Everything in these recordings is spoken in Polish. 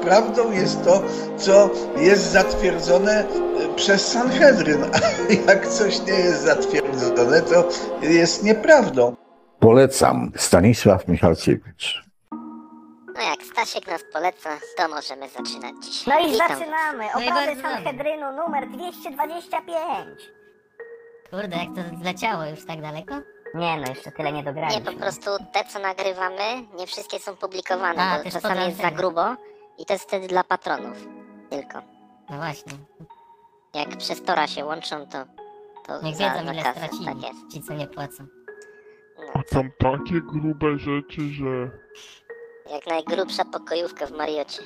prawdą jest to, co jest zatwierdzone przez Sanhedryn, a jak coś nie jest zatwierdzone, to jest nieprawdą. Polecam. Stanisław Michalkiewicz. No jak Stasiek nas poleca, to możemy zaczynać dzisiaj. No i Witam. zaczynamy! No i Obrady bardzo Sanhedrynu numer 225! Kurde, jak to zleciało już tak daleko? Nie no, jeszcze tyle nie Nie, dograliśmy. po prostu te, co nagrywamy, nie wszystkie są publikowane, A, bo też czasami jest za podam grubo i to jest wtedy dla patronów tylko. No właśnie. Jak przez Tora się łączą, to Niech za wiedzą ile kasę, stracili, tak jest. ci co nie płacą. No, A tam takie grube rzeczy, że... jak najgrubsza pokojówka w Mariocie.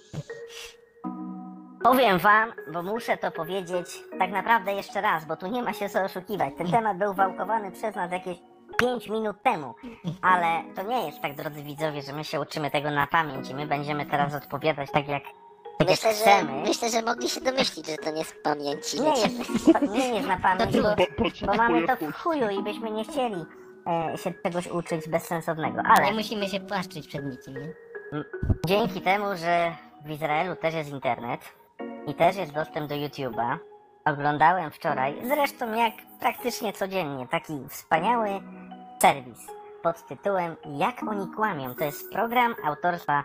Powiem wam, bo muszę to powiedzieć tak naprawdę jeszcze raz, bo tu nie ma się co oszukiwać. Ten temat był wałkowany przez nas jakieś 5 minut temu, ale to nie jest tak, drodzy widzowie, że my się uczymy tego na pamięć i my będziemy teraz odpowiadać tak jak chcemy. Myślę, że mogli się domyślić, że to nie z pamięci. Nie jest na pamięć, Patrz bo na mamy to jakość. w chuju i byśmy nie chcieli się czegoś uczyć bezsensownego, Nie ale musimy się płaszczyć przed nikim, nie? dzięki temu, że w Izraelu też jest internet i też jest dostęp do YouTube'a, oglądałem wczoraj, zresztą jak praktycznie codziennie, taki wspaniały serwis pod tytułem Jak oni kłamią. To jest program autorstwa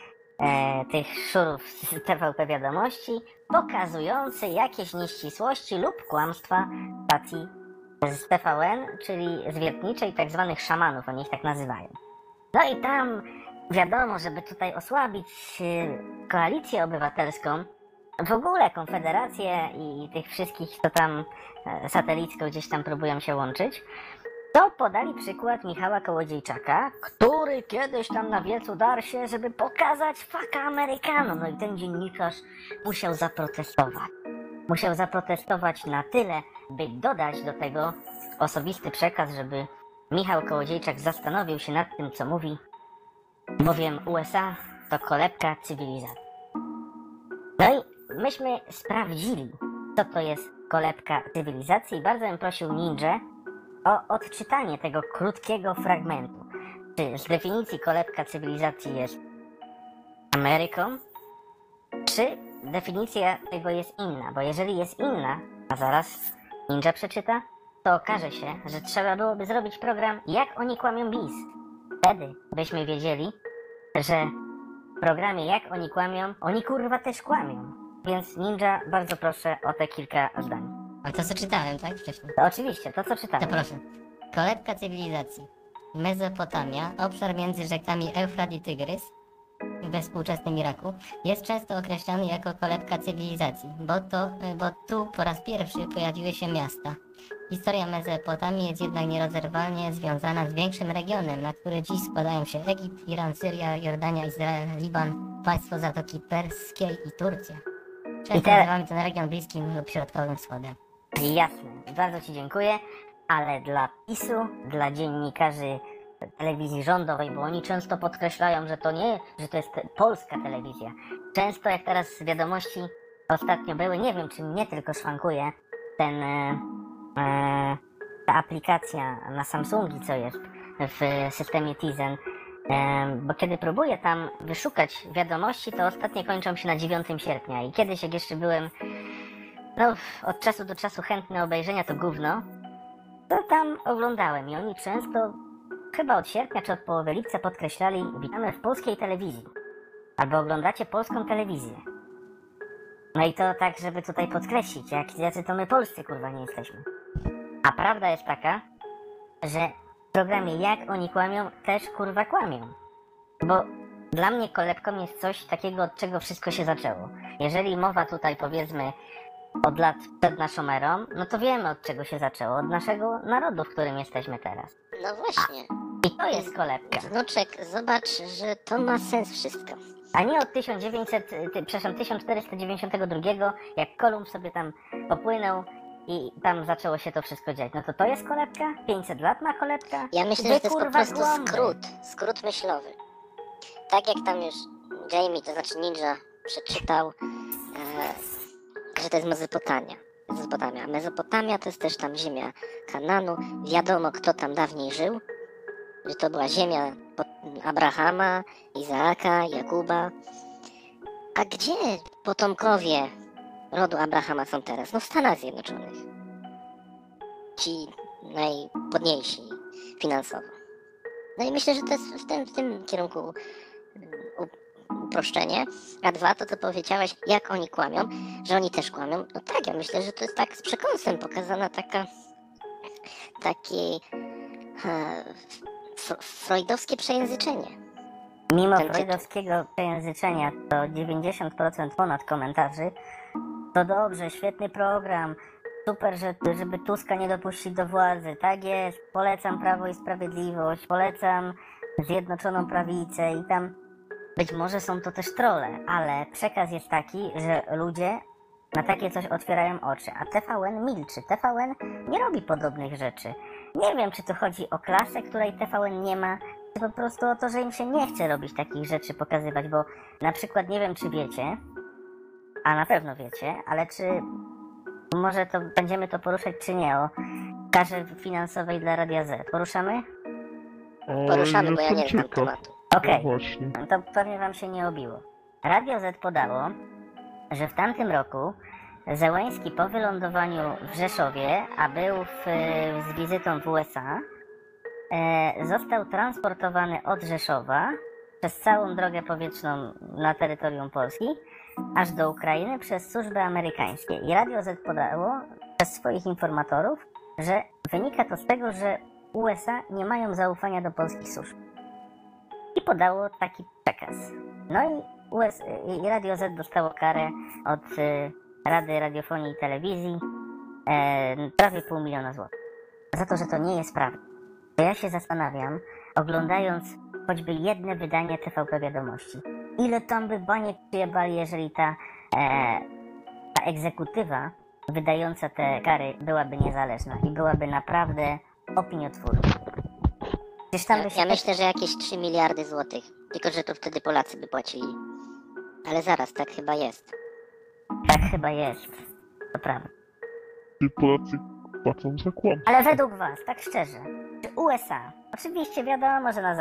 tych szurów z TVP Wiadomości, pokazujący jakieś nieścisłości lub kłamstwa stacji z TVN, czyli z wiertniczej tak zwanych szamanów, oni ich tak nazywają. No i tam wiadomo, żeby tutaj osłabić koalicję obywatelską, w ogóle Konfederację i tych wszystkich, co tam satelicko gdzieś tam próbują się łączyć, to podali przykład Michała Kołodziejczaka, który kiedyś tam na wiecu darł się, żeby pokazać faka Amerykanom. No i ten dziennikarz musiał zaprotestować. Musiał zaprotestować na tyle, by dodać do tego osobisty przekaz, żeby Michał Kołodziejczak zastanowił się nad tym, co mówi, bowiem USA to kolebka cywilizacji. No i myśmy sprawdzili, co to jest kolebka cywilizacji i bardzo bym prosił Ninja o odczytanie tego krótkiego fragmentu. Czy z definicji kolebka cywilizacji jest Ameryką, czy definicja tego jest inna? Bo jeżeli jest inna, a zaraz Ninja przeczyta, to okaże się, że trzeba byłoby zrobić program Jak oni kłamią bis. Wtedy byśmy wiedzieli, że w programie Jak oni kłamią, oni kurwa też kłamią. Więc Ninja, bardzo proszę o te kilka zdań. Ale to co czytałem, tak? Wcześniej. To oczywiście, to co To czytałem. proszę. Kolebka cywilizacji. Mezopotamia, obszar między rzekami Eufrat i Tygrys, we współczesnym Iraku, jest często określany jako kolebka cywilizacji, bo tu po raz pierwszy pojawiły się miasta. Historia Mezopotamii jest jednak nierozerwalnie związana z większym regionem, na który dziś składają się Egipt, Iran, Syria, Jordania, Izrael, Liban, państwo Zatoki Perskiej i Turcja. Często nazywamy ten region Bliskim lub Środkowym Wschodem. Jasne, bardzo Ci dziękuję, ale dla PiS-u, dla dziennikarzy telewizji rządowej, bo oni często podkreślają, że to nie, że to jest polska telewizja. Często, jak teraz z wiadomości ostatnio były, nie wiem, czy mnie tylko szwankuje ta aplikacja na Samsungi, co jest w systemie Tizen, bo kiedy próbuję tam wyszukać wiadomości, to ostatnie kończą się na 9 sierpnia i kiedyś, jak jeszcze byłem od czasu do czasu chętny obejrzenia to gówno, to tam oglądałem i oni często, chyba od sierpnia czy od połowy lipca podkreślali, witamy w polskiej telewizji. Albo oglądacie polską telewizję. No i to tak, żeby tutaj podkreślić, jacy to my polscy kurwa nie jesteśmy. A prawda jest taka, że w programie Jak oni kłamią też kurwa kłamią. Bo dla mnie kolebką jest coś takiego, od czego wszystko się zaczęło. Jeżeli mowa tutaj powiedzmy od lat przed naszą erą, no to wiemy od czego się zaczęło. Od naszego narodu, w którym jesteśmy teraz. No właśnie. I to jest kolebka. Wnuczek, zobacz, że to ma sens wszystko. A nie od 1492, jak Kolumb sobie tam popłynął i tam zaczęło się to wszystko dziać. No to jest kolebka? 500 lat ma kolebka? Ja myślę, Wy, że to jest po kurwa, prostu głąby. skrót myślowy. Tak jak tam już Jamie, to znaczy Ninja, przeczytał, że to jest Mezopotamia. Mezopotamia to jest też tam ziemia Kananu. Wiadomo, kto tam dawniej żył. Że to była ziemia Abrahama, Izaaka, Jakuba. A gdzie potomkowie rodu Abrahama są teraz? No w Stanach Zjednoczonych. Ci najpodniejsi finansowo. No i myślę, że to jest w tym kierunku uproszczenie. A dwa, to co powiedziałeś, jak oni kłamią, że oni też kłamią. No tak, ja myślę, że to jest tak z przekąsem pokazana takie freudowskie przejęzyczenie. Mimo Ten tytuł. freudowskiego przejęzyczenia to 90% ponad komentarzy to dobrze, świetny program, super, żeby Tuska nie dopuścić do władzy, tak jest, polecam Prawo i Sprawiedliwość, polecam Zjednoczoną Prawicę i tam być może są to też trolle, ale przekaz jest taki, że ludzie na takie coś otwierają oczy, a TVN milczy, TVN nie robi podobnych rzeczy. Nie wiem, czy to chodzi o klasę, której TVN nie ma, czy po prostu o to, że im się nie chce robić takich rzeczy, pokazywać, bo na przykład nie wiem, czy wiecie, a na pewno wiecie, ale czy może to będziemy to poruszać, czy nie, o karze finansowej dla Radia Z. Poruszamy? Poruszamy, bo ja nie znam ciekaw. tematu. Okej, No właśnie. to pewnie wam się nie obiło. Radio Z podało, że w tamtym roku Zełenski po wylądowaniu w Rzeszowie, a był z wizytą w USA, został transportowany od Rzeszowa przez całą drogę powietrzną na terytorium Polski, aż do Ukrainy przez służby amerykańskie. I Radio Z podało przez swoich informatorów, że wynika to z tego, że USA nie mają zaufania do polskich służb. I podało taki przekaz. No i Radio Z dostało karę od Rady Radiofonii i Telewizji prawie $500 000 za to, że to nie jest prawda. To ja się zastanawiam, oglądając choćby jedno wydanie TVP Wiadomości, ile tam by baniek przyjebali, jeżeli ta egzekutywa wydająca te kary byłaby niezależna i byłaby naprawdę opiniotwórcza. Przecież tam by się Ja myślę, że jakieś 3 miliardy złotych. Tylko, że to wtedy Polacy by płacili. Ale zaraz, tak chyba jest. tak chyba jest. To prawda. I Polacy płacą za kłam. Ale według was, tak szczerze, czy USA, oczywiście wiadomo, że nas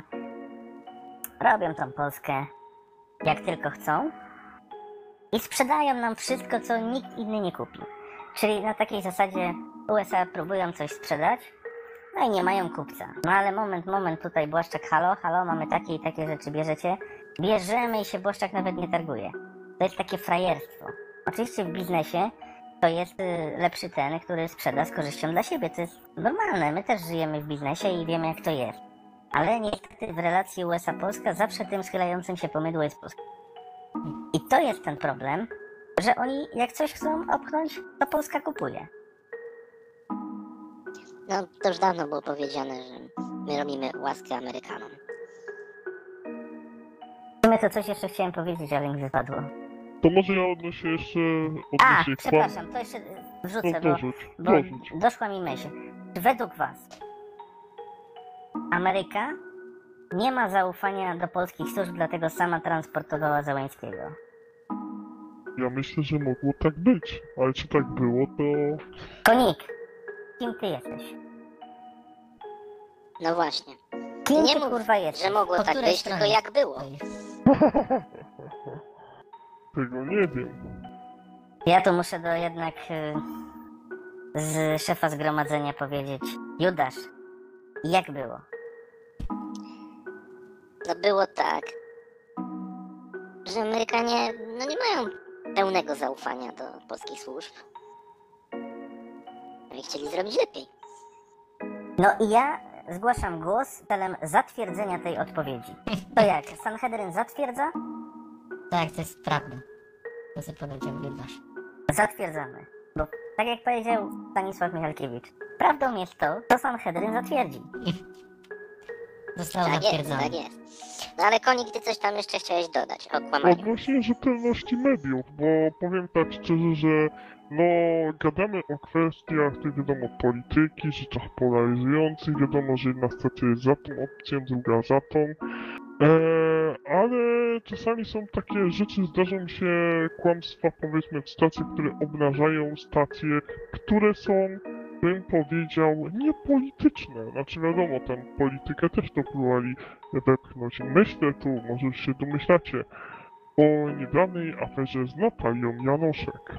robią tą Polskę jak tylko chcą i sprzedają nam wszystko, co nikt inny nie kupi. Czyli na takiej zasadzie USA próbują coś sprzedać, no i nie mają kupca. No ale moment, tutaj Błaszczak, halo, mamy takie i takie rzeczy, bierzemy i się Błaszczak nawet nie targuje. To jest takie frajerstwo. Oczywiście w biznesie to jest lepszy ten, który sprzeda z korzyścią dla siebie. To jest normalne, my też żyjemy w biznesie i wiemy, jak to jest. Ale niestety w relacji USA-Polska zawsze tym schylającym się po mydło jest Polska. I to jest ten problem, że oni jak coś chcą opchnąć, to Polska kupuje. No, to już dawno było powiedziane, że my robimy łaskę Amerykanom. W sumie to coś jeszcze chciałem powiedzieć, ale mi wypadło. To może ja odnoszę jeszcze A, kłam. przepraszam, to jeszcze wrzucę, No, bo dorzuć. doszła mi myśl. Czy według was Ameryka nie ma zaufania do polskich służb, dlatego sama transportowała Zełenskiego? Ja myślę, że mogło tak być, ale czy tak było, to... Konik, kim ty jesteś? No właśnie. Kim Nie ty mów, kurwa jesteś? że mogło Po tak której być, tylko stronie? jak było. Tego nie wiem. Ja tu muszę jednak z szefa zgromadzenia powiedzieć. Judasz, jak było? No było tak, że Amerykanie no nie mają pełnego zaufania do polskich służb. No i chcieli zrobić lepiej. No i ja zgłaszam głos celem zatwierdzenia tej odpowiedzi. To jak? Sanhedryn zatwierdza? Tak, to jest prawda. To co powiedział Judasz. Zatwierdzamy. Bo tak jak powiedział Stanisław Michalkiewicz, prawdą jest to, co Sanhedryn zatwierdzi. Zostało Tak jest, zatwierdzone. tak jest. No ale Konik, ty coś tam jeszcze chciałeś dodać o kłamaniu. Odnośnie rzetelności mediów, bo powiem tak szczerze, że no gadamy o kwestiach, tych wiadomo, polityki, rzeczach polaryzujących, wiadomo, że jedna stacja jest za tą opcją, druga za tą, ale czasami są takie rzeczy, zdarzą się kłamstwa, powiedzmy, w stacjach, które obnażają stacje, które są, bym powiedział, niepolityczne. Znaczy wiadomo, tam politykę też to próbowali wepchnąć. Myślę tu, może już się domyślacie, o niedawnej aferze z Natalią Janoszek.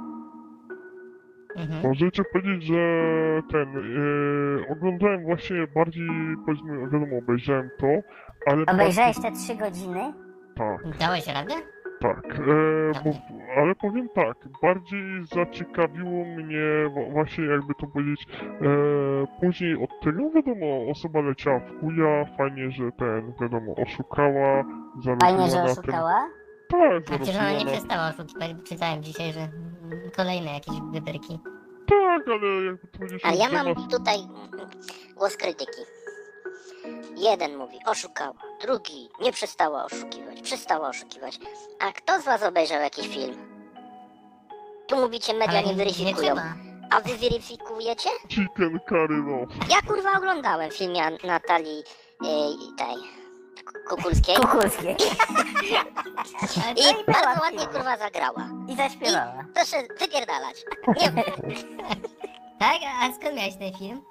Możecie powiedzieć, że oglądałem właśnie bardziej, powiedzmy, wiadomo, obejrzałem to, ale... Obejrzałeś te 3 godziny? Tak, Dałeś radę? tak, ale powiem tak, bardziej zaciekawiło mnie właśnie, jakby to powiedzieć, później od tego, wiadomo, osoba leciała w chuja, fajnie, że wiadomo, oszukała, zarobiła Fajnie, że na tym. oszukała? Tak, Przecież ona nie zarobiła na... przestała oszukiwać, czytałem dzisiaj, że kolejne jakieś wyderki. Tak, ale jakby to powiedzieć... Ale ja temat- mam tutaj głos krytyki. Jeden mówi, oszukała. Drugi, nie przestała oszukiwać. Przestała oszukiwać. A kto z was obejrzał jakiś film? Tu mówicie, media Ale nie weryfikują. trzeba. A wy weryfikujecie? Chicken curry roast. Ja kurwa oglądałem film Natalii tej Kukulskiej. Kukulskie. Ale to I była bardzo ładnie film. kurwa zagrała. I zaśpiewała. Proszę wypierdalać. Nie Tak? A skąd miałeś ten film?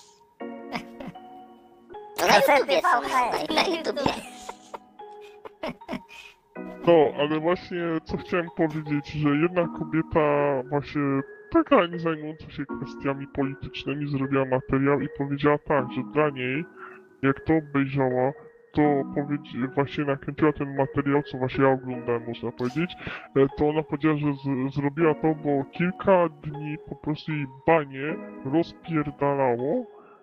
no na Kasety YouTubie są. VHS. Na YouTubie. No, ale właśnie co chciałem powiedzieć, że jedna kobieta właśnie taka nie zajmująca się kwestiami politycznymi zrobiła materiał i powiedziała tak, że dla niej, jak to obejrzała, to właśnie nakręciła ten materiał, co właśnie ja oglądałem, można powiedzieć, to ona powiedziała, że zrobiła to, bo kilka dni po prostu jej banie rozpierdalało.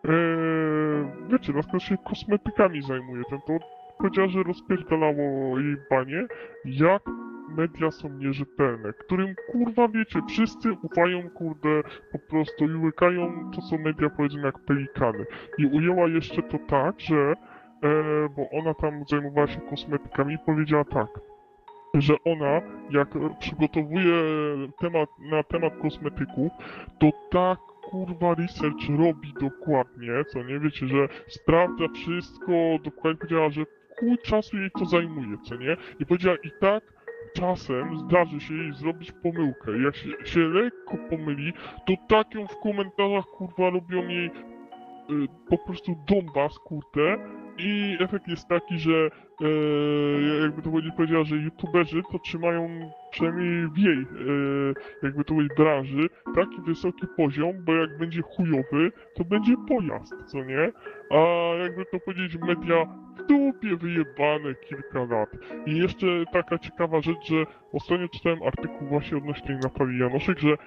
Wiecie, na przykład się kosmetykami zajmuje, to powiedziała, że rozpierdalało jej banie, jak media są nierzetelne, którym kurwa wiecie, wszyscy ufają kurde po prostu i łykają to są media powiedzmy jak pelikany. I ujęła jeszcze to tak, że bo ona tam zajmowała się kosmetykami i powiedziała tak, że ona jak przygotowuje na temat kosmetyków, to tak kurwa research robi dokładnie, co nie wiecie, że sprawdza wszystko, dokładnie powiedziała, że chuj czasu jej to zajmuje, co nie? I powiedziała i tak czasem zdarzy się jej zrobić pomyłkę. Jak się lekko pomyli, to tak ją w komentarzach kurwa robią jej po prostu dąbas, kurde. I efekt jest taki, że jakby to powiedziała, że youtuberzy to trzymają przynajmniej w jej, jakby to powiedzieć, branży taki wysoki poziom, bo jak będzie chujowy, to będzie pojazd, co nie? A jakby to powiedzieć, media w dupie wyjebane kilka lat. I jeszcze taka ciekawa rzecz, że ostatnio czytałem artykuł właśnie odnośnie tej Natalii Janoszek, że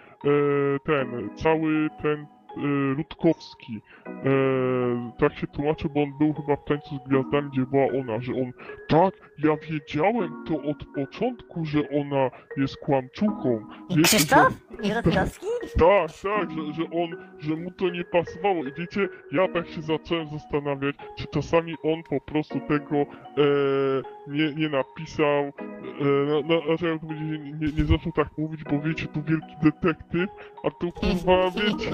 cały ten Rutkowski, tak się tłumaczy, bo on był chyba w Tańcu z Gwiazdami, gdzie była ona, że on, tak, ja wiedziałem to od początku, że ona jest kłamczuchą. Wiecie, Krzysztof? I Rutkowski? tak, że mu to nie pasowało i wiecie, ja tak się zacząłem zastanawiać, czy czasami on po prostu tego nie napisał, znaczy jak to powiedzieć, nie zaczął tak mówić, bo wiecie, tu wielki detektyw, a tu kurwa, wiecie,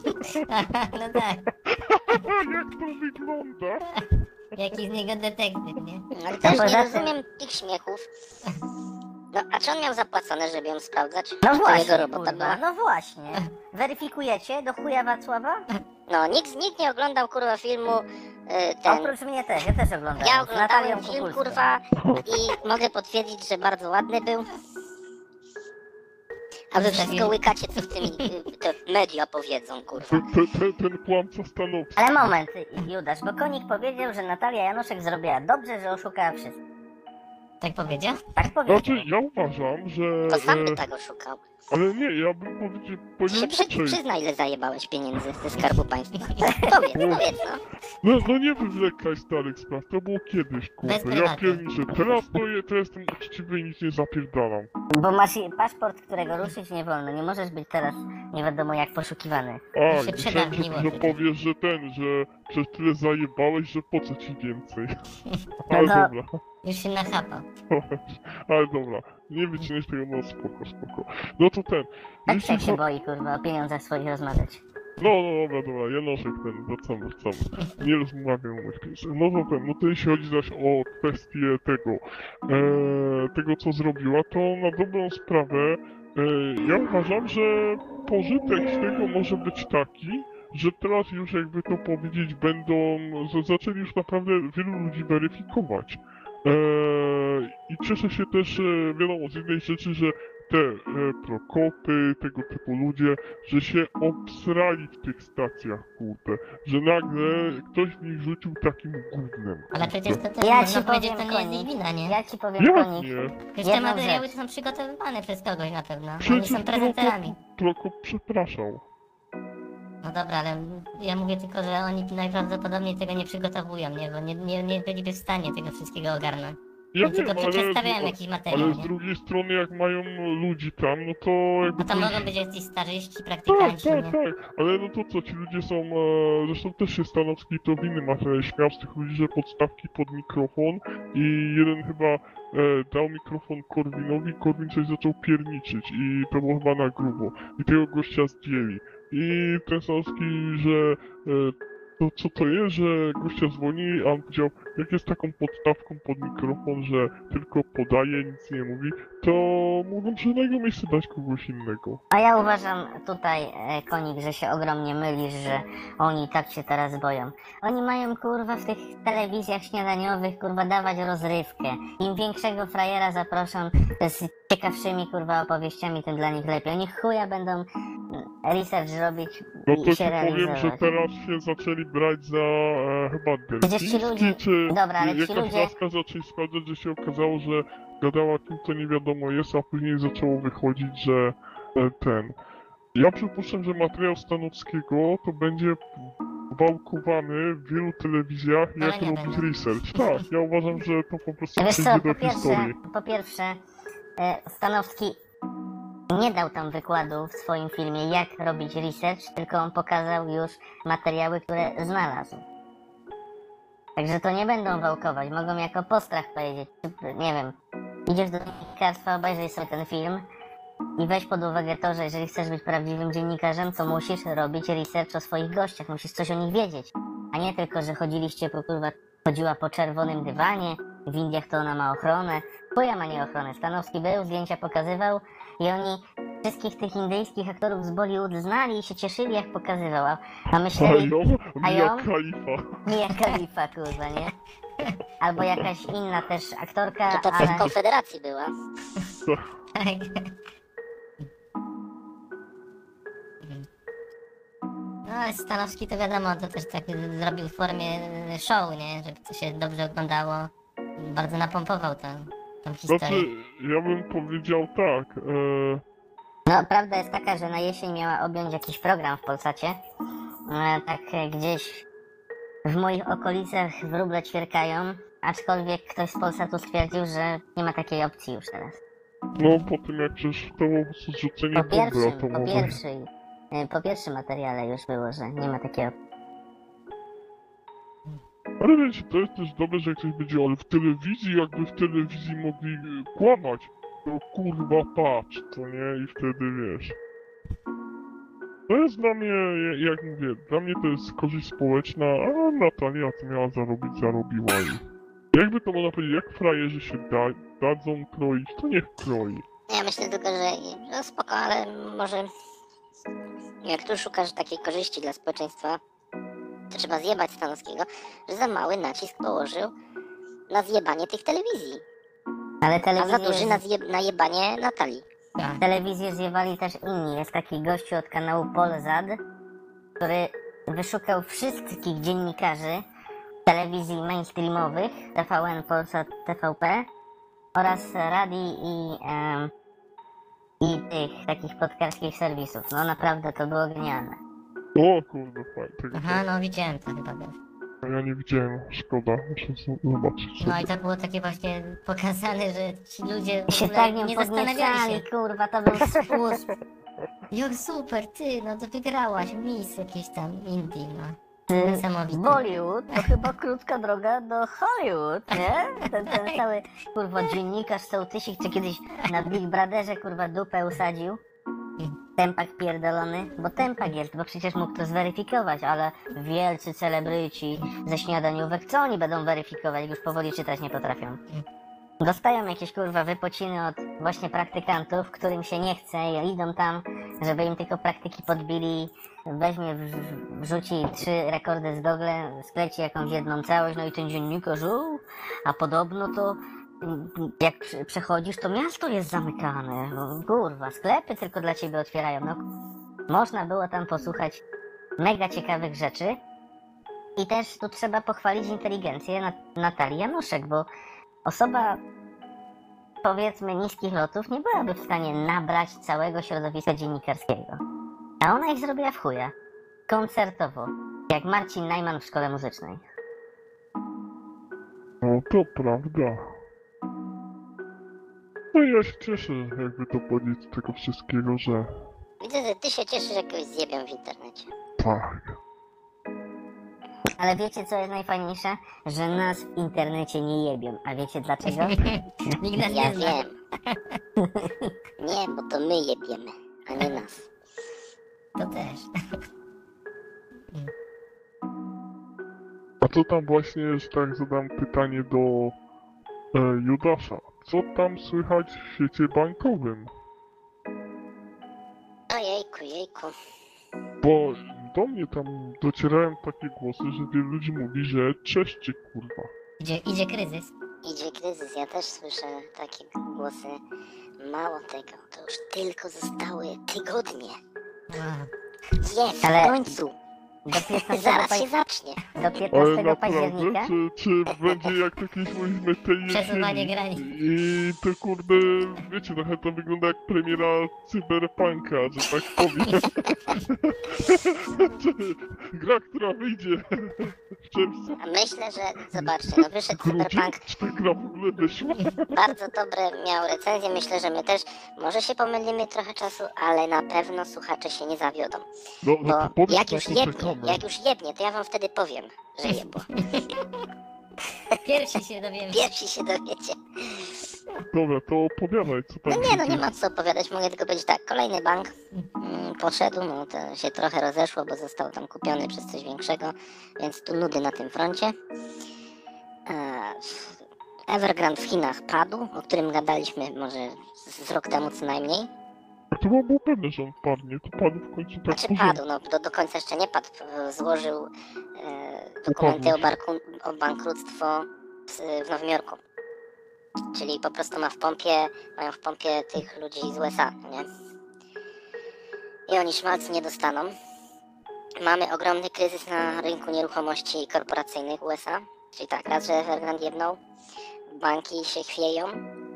No tak, jak to wygląda. jaki z niego detektyw, nie? Ale też poza nie tym- rozumiem tych śmiechów. No, a czy on miał zapłacone, żeby ją sprawdzać? No Czy to właśnie, jego robota kurwa, była? no właśnie. Weryfikujecie do chuja Wacława? No, nikt nie oglądał kurwa filmu ten. Oprócz mnie też, ja też oglądałem. Ja Z Natalią oglądałem film Kukulską. kurwa i mogę potwierdzić, że bardzo ładny był. A wy wszystko łykacie, co w tym te media powiedzą, kurwa. Ten kłamca stanowczy. Ale moment, Judasz, bo Konik powiedział, że Natalia Janoszek zrobiła dobrze, że oszukała wszystkich. Tak powiedział? Tak powiedział. Znaczy, ja uważam, że... To sam by tak oszukał. ale nie, ja bym powiedział Się inaczej. przyzna, ile zajebałeś pieniędzy ze Skarbu Państwa. Powiedz, no. No nie wywlekaj starych spraw, to było kiedyś, Bez kurde, ja prywatnych. pierniczę. Teraz to jestem uczciwy i nic nie zapierdalam. Bo masz paszport, którego ruszyć nie wolno. Nie możesz być teraz nie wiadomo jak poszukiwany. A, się myślałem, przedawniło że przecież. powiesz, że że tyle zajebałeś, że po co ci więcej. No Ale to- dobra, Już się nachapał. ale dobra, nie wycinać tego, no spoko. No to Tak jeśli się boi, kurwa, o pieniądzach swoich rozmawiać. No, dobra, Janoszek wracamy. Nie rozmawiam o no to jeśli chodzi zaś o kwestię tego co zrobiła, to na dobrą sprawę ja uważam, że pożytek z tego może być taki, że teraz już jakby to powiedzieć zaczęli już naprawdę wielu ludzi weryfikować. I cieszę się też, wiadomo, z jednej rzeczy, że te Prokopy, tego typu ludzie, że się obsrali w tych stacjach, kurde. Że nagle ktoś w nich rzucił takim gównem. Ale przecież to też Ja można ci powiedzieć, powiem, to nie jest Konik. jej wina, nie? Ja ci powiem, Jak Konik. nie? Przecież te jedną materiały rzecz. to są przygotowywane przez kogoś na pewno. Oni Przecież są prezenterami. Prokop przepraszał. No dobra, ale ja mówię tylko, że oni najprawdopodobniej tego nie przygotowują, nie? Bo nie byliby w stanie tego wszystkiego ogarnąć. Ja Oni tylko wiem, przedstawiają jakiś materiał, ale z nie? drugiej strony jak mają ludzi tam, no to jakby... No to coś- mogą być jacyś starzyści, Tak, praktykanci, tak, nie? tak, ale no to co, ci ludzie są, zresztą też się Stanowski to w innym materiale śmiał z tych ludzi, że podstawki pod mikrofon i jeden chyba dał mikrofon Korwinowi, Korwin coś zaczął pierniczyć i to było chyba na grubo i tego gościa zdjęli. I ten Stanowski, że to co to jest, że gościa dzwoni, a on powiedział, jak jest taką podstawką pod mikrofon, że tylko podaje, nic nie mówi, to mogą że na jego miejsce dać kogoś innego. A ja uważam tutaj, Konik, że się ogromnie mylisz, że oni tak się teraz boją. Oni mają, kurwa, w tych telewizjach śniadaniowych, kurwa, dawać rozrywkę. Im większego frajera zaproszą z ciekawszymi, kurwa, opowieściami, tym dla nich lepiej. Oni chuja będą research robić No i to ci się powiem, że realizować. teraz się zaczęli brać za chyba Przecież ci Delfiński, ludzie- czy dobra, ale ci jakaś ludzie- laska zaczęli sprawdzać, że się okazało, że gadała kim to nie wiadomo jest, a później zaczęło wychodzić, że ten... Ja przypuszczam, że materiał Stanowskiego to będzie wałkowany w wielu telewizjach, Ale jak nie robić będą. research. Tak, ja uważam, że to po prostu Wiesz przejdzie co, do historii. po pierwsze, Stanowski nie dał tam wykładu w swoim filmie, jak robić research, tylko on pokazał już materiały, które znalazł. Także to nie będą wałkować, mogą jako postrach powiedzieć, nie wiem, idziesz do dziennikarstwa, obejrzyj sobie ten film i weź pod uwagę to, że jeżeli chcesz być prawdziwym dziennikarzem, to musisz robić research o swoich gościach, musisz coś o nich wiedzieć, a nie tylko, że chodziła po czerwonym dywanie, w Indiach to ona ma ochronę, chuja ma nie ochronę, Stanowski był, zdjęcia pokazywał i oni wszystkich tych indyjskich aktorów z Bollywood znali i się cieszyli jak pokazywał, a myśleli, A ją? Mia Khalifa. Mia Khalifa, kurwa, nie? Albo jakaś inna też aktorka, To ta ale... w Konfederacji była. Tak. No ale Stanowski to wiadomo, to też tak zrobił w formie show, nie? Żeby to się dobrze oglądało. Bardzo napompował tą historię. Znaczy, ja bym powiedział tak, No, prawda jest taka, że na jesień miała objąć jakiś program w Polsacie. Tak gdzieś w moich okolicach wróble ćwierkają, aczkolwiek ktoś z Polsatu stwierdził, że nie ma takiej opcji już teraz. no po tym jak przeczytało po prostu zrzucenie bomby atomowej. Po pierwszym materiale już było, że nie ma takiej opcji. Ale wiecie, to jest też dobre, że jak ktoś będzie, ale w telewizji, jakby w telewizji mogli kłamać, to kurwa patrz, to nie? I wtedy wiesz. To jest dla mnie, jak mówię, dla mnie to jest korzyść społeczna, a Natalia co miała zarobić, zarobiła i... Jakby to można powiedzieć, jak frajerzy się dadzą kroić, to niech kroi. Ja myślę tylko, że no spoko, ale może jak tu szukasz takiej korzyści dla społeczeństwa, to trzeba zjebać Stanowskiego, że za mały nacisk położył na zjebanie tych telewizji, Ale a za duży na jebanie Natalii. Tak. telewizję zjewali też inni. Jest taki gościu od kanału Polsat, który wyszukał wszystkich dziennikarzy telewizji mainstreamowych, TVN, Polsat, TVP oraz radii i tych takich plotkarskich serwisów. No naprawdę to było genialne. O kurde, fajnie, tego Aha, no widziałem to chyba też. ja nie widziałem, szkoda, muszę zobaczyć sobie. No i to było takie właśnie pokazane, że ci ludzie w Się ogóle tak nią nie zastanawiali podniecali, się. kurwa, to był spust. Jak super, ty, no to wygrałaś Miss jakieś tam Indii, no. Niesamowite. Bollywood to chyba krótka droga do Hollywood, nie? Ten cały, kurwa, dziennikarz sołtysik, czy kiedyś na Big Brotherze, kurwa, dupę usadził. Tempak pierdolony, bo tempak jest, bo przecież mógł to zweryfikować, ale wielcy celebryci ze śniadaniówek, co oni będą weryfikować, jak już powoli czytać nie potrafią? Dostają jakieś kurwa wypociny od właśnie praktykantów, którym się nie chce i idą tam żeby im tylko praktyki podbili, weźmie, wrzuci 3 rekordy z Google, skleci jakąś jedną całość, no i ten dziennikarz, a podobno to jak przechodzisz, to miasto jest zamykane, no, kurwa, sklepy tylko dla ciebie otwierają, no. Można było tam posłuchać mega ciekawych rzeczy i też tu trzeba pochwalić inteligencję Natalii Januszek, bo osoba, powiedzmy, niskich lotów nie byłaby w stanie nabrać całego środowiska dziennikarskiego. A ona ich zrobiła w chuja. Koncertowo. Jak Marcin Najman w szkole muzycznej. No to prawda. No i ja się cieszę, jakby to powiedzieć, z tego wszystkiego, że Widzę, że ty się cieszysz, jak kogoś zjebią w internecie. tak. Ale wiecie, co jest najfajniejsze? Że nas w internecie nie jebią. A wiecie dlaczego? Nikt nas Ja nie zna. wiem. Nie, bo to my jebiemy, a nie nas. To też. A co tam właśnie, że tak zadam pytanie do Judasza. Co tam słychać w świecie bankowym? Ojejku, jejku. Bo do mnie tam docierają takie głosy, że wielu ludzi mówi, że czeszcie kurwa. Idzie kryzys. Idzie kryzys, ja też słyszę takie głosy. Mało tego, to już tylko zostały tygodnie. A, Jest, Ale- w końcu. Do 15, Zaraz się zacznie. do 15 Ale naprawdę? października? Czy będzie jak to kiedyś mówiliśmy tej Przesuwanie jesieni? granic. I to kurde, wiecie, trochę to wygląda jak premiera Cyberpunka, że tak powiem. Gra, która wyjdzie w czerwcu. A myślę, że zobaczcie, no wyszedł Cyberpunk, Czy ta gra w ogóle wyszła? bardzo dobre miał recenzje, myślę, że my też, może się pomylimy trochę czasu, ale na pewno słuchacze się nie zawiodą. No Bo to powiedz, jak na już co jebnie, czekamy. jak już jebnie, to ja wam wtedy powiem, że jebło. pierwsi się dowiemy. Pierwsi się dowiecie. Dobra, to opowiadaj, co tam No nie, no się nie ma co opowiadać, mogę tylko powiedzieć tak, kolejny bank poszedł, no to się trochę rozeszło, bo został tam kupiony przez coś większego, więc tu nudy na tym froncie. Evergrande w Chinach padł, o którym gadaliśmy może z rok temu co najmniej. A to było pewne, że on padnie. To padł w końcu tak Znaczy porządnie. padł, no do końca jeszcze nie padł, złożył dokumenty o bankructwo w Nowym Jorku. Czyli po prostu mają w pompie tych ludzi z USA, nie? I oni szmalcu nie dostaną. Mamy ogromny kryzys na rynku nieruchomości korporacyjnych USA. Czyli tak, raz, że Evergrande jedną, banki się chwieją.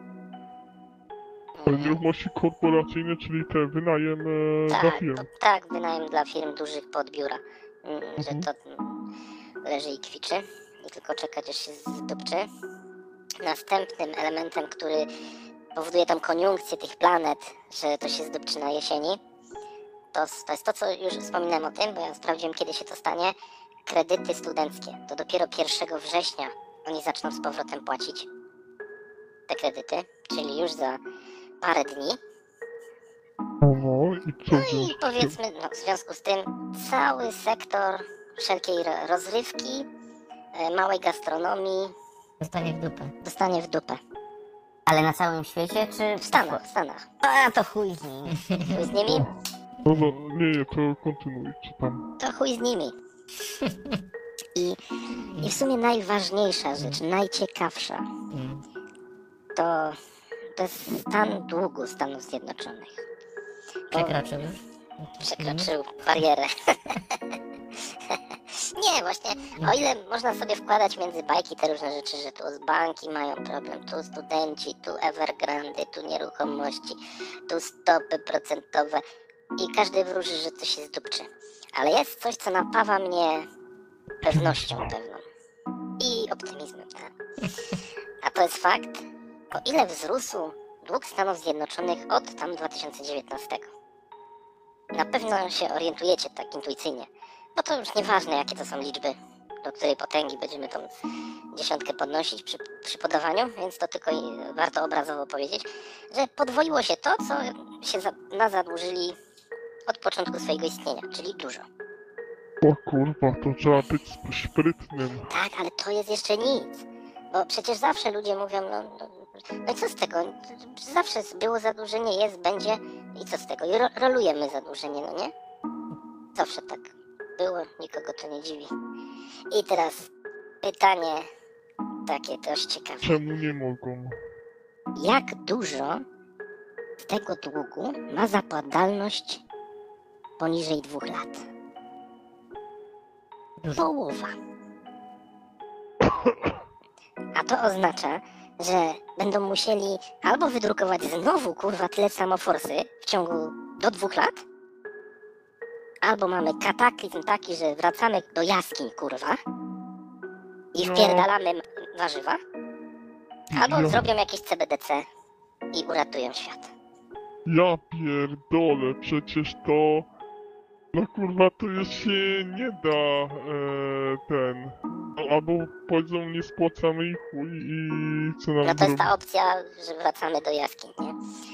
Ale nieruchomości korporacyjne, czyli te wynajem dla Tak, firm. tak, wynajem dla firm dużych pod biura, że to leży i kwiczy i tylko czekać aż się zdupczy. Następnym elementem, który powoduje tą koniunkcję tych planet, że to się zdupczy na jesieni, to jest to, co już wspominałem o tym, bo ja sprawdziłem, kiedy się to stanie. Kredyty studenckie. To dopiero 1 września oni zaczną z powrotem płacić te kredyty, czyli już za parę dni. No i co No i wziąć? powiedzmy, no, w związku z tym cały sektor wszelkiej rozrywki, małej gastronomii Zostanie w dupę. dostanie w dupę. Ale na całym świecie, czy... W Stanach. A, to chuj z nimi. Chuj z nimi? No, nie, to kontynuuj, co tam. To chuj z nimi. I w sumie najważniejsza rzecz, najciekawsza, Mm. to jest stan długu Stanów Zjednoczonych. Bo Przekroczył już. przekroczył barierę. Nie, właśnie, o ile można sobie wkładać między bajki te różne rzeczy, że tu banki mają problem, tu studenci, tu Evergrande, tu nieruchomości, tu stopy procentowe i każdy wróży, że to się zdupczy. Ale jest coś, co napawa mnie pewnością pewną i optymizmem. Tak. A to jest fakt, o ile wzrósł dług Stanów Zjednoczonych od tam 2019. Na pewno się orientujecie tak intuicyjnie, bo to już nieważne, jakie to są liczby, do której potęgi będziemy tą dziesiątkę podnosić przy podawaniu, więc to tylko warto obrazowo powiedzieć, że podwoiło się to, co się zadłużyli od początku swojego istnienia, czyli dużo. O kurwa, to trzeba być sprytnym. Tak, ale to jest jeszcze nic, bo przecież zawsze ludzie mówią, no No i co z tego? Zawsze było zadłużenie, jest, będzie i co z tego? I rolujemy zadłużenie, no nie? Zawsze tak było, nikogo to nie dziwi. I teraz pytanie takie dość ciekawe. Czemu nie mogą? Jak dużo z tego długu ma zapadalność poniżej 2 lat? Połowa. A to oznacza, że będą musieli albo wydrukować znowu, kurwa, tyle samo forsy w ciągu do 2 lat, albo mamy kataklizm taki, że wracamy do jaskiń, kurwa, i No. wpierdalamy warzywa, albo Ja- zrobią jakieś CBDC i uratują świat. Ja pierdolę, przecież to... No kurwa, to już się nie da, ten... Albo powiedzą, nie spłacamy i chuj i co nam No to jest ta zrobić? opcja, że wracamy do jaskiń, nie?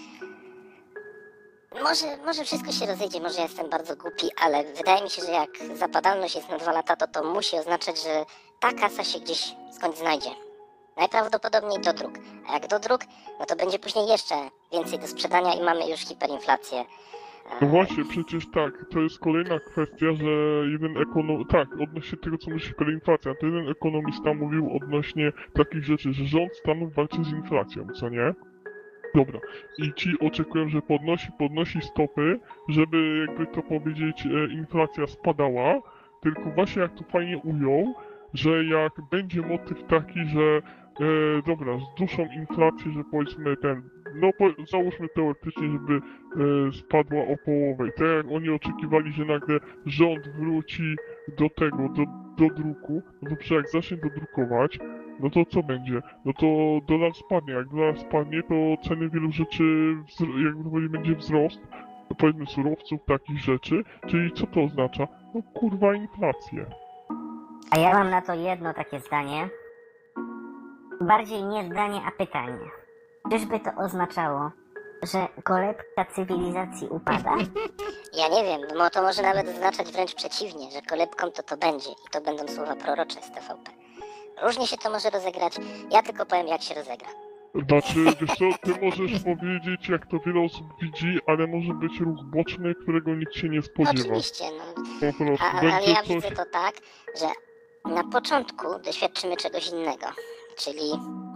Może wszystko się rozejdzie, może ja jestem bardzo głupi, ale wydaje mi się, że jak zapadalność jest na 2 lata, to musi oznaczać, że ta kasa się gdzieś skądś znajdzie. Najprawdopodobniej do dróg. A jak do dróg, no to będzie później jeszcze więcej do sprzedania i mamy już hiperinflację. No właśnie, przecież tak, to jest kolejna kwestia, że jeden tak, odnośnie tego, co myśli hiperinflacja, to jeden ekonomista mówił odnośnie takich rzeczy, że rząd Stanów walczy z inflacją, co nie? Dobra, i ci oczekują, że podnosi stopy, żeby, jakby to powiedzieć, inflacja spadała, tylko właśnie jak to fajnie ujął, że jak będzie motyw taki, że dobra, zduszą inflację, że powiedzmy załóżmy teoretycznie, żeby spadła o połowę. I tak jak oni oczekiwali, że nagle rząd wróci do tego, do druku, no to przecież jak zacznie dodrukować, no to co będzie? No to dolar spadnie. Jak dolar spadnie, to ceny wielu rzeczy, jakby będzie wzrost, powiedzmy surowców, takich rzeczy. Czyli co to oznacza? No kurwa inflację. A ja mam na to jedno takie zdanie. Bardziej nie zdanie, a pytanie. Czyżby to oznaczało, że kolebka cywilizacji upada? Ja nie wiem, bo to może nawet oznaczać wręcz przeciwnie, że kolebką to będzie i to będą słowa prorocze z TVP. Różnie się to może rozegrać, ja tylko powiem jak się rozegra. Znaczy, wiesz co, ty możesz powiedzieć, jak to wiele osób widzi, ale może być ruch boczny, którego nikt się nie spodziewa. Oczywiście, no. Po prostu Ale będzie ja coś... widzę to tak, że na początku doświadczymy czegoś innego, czyli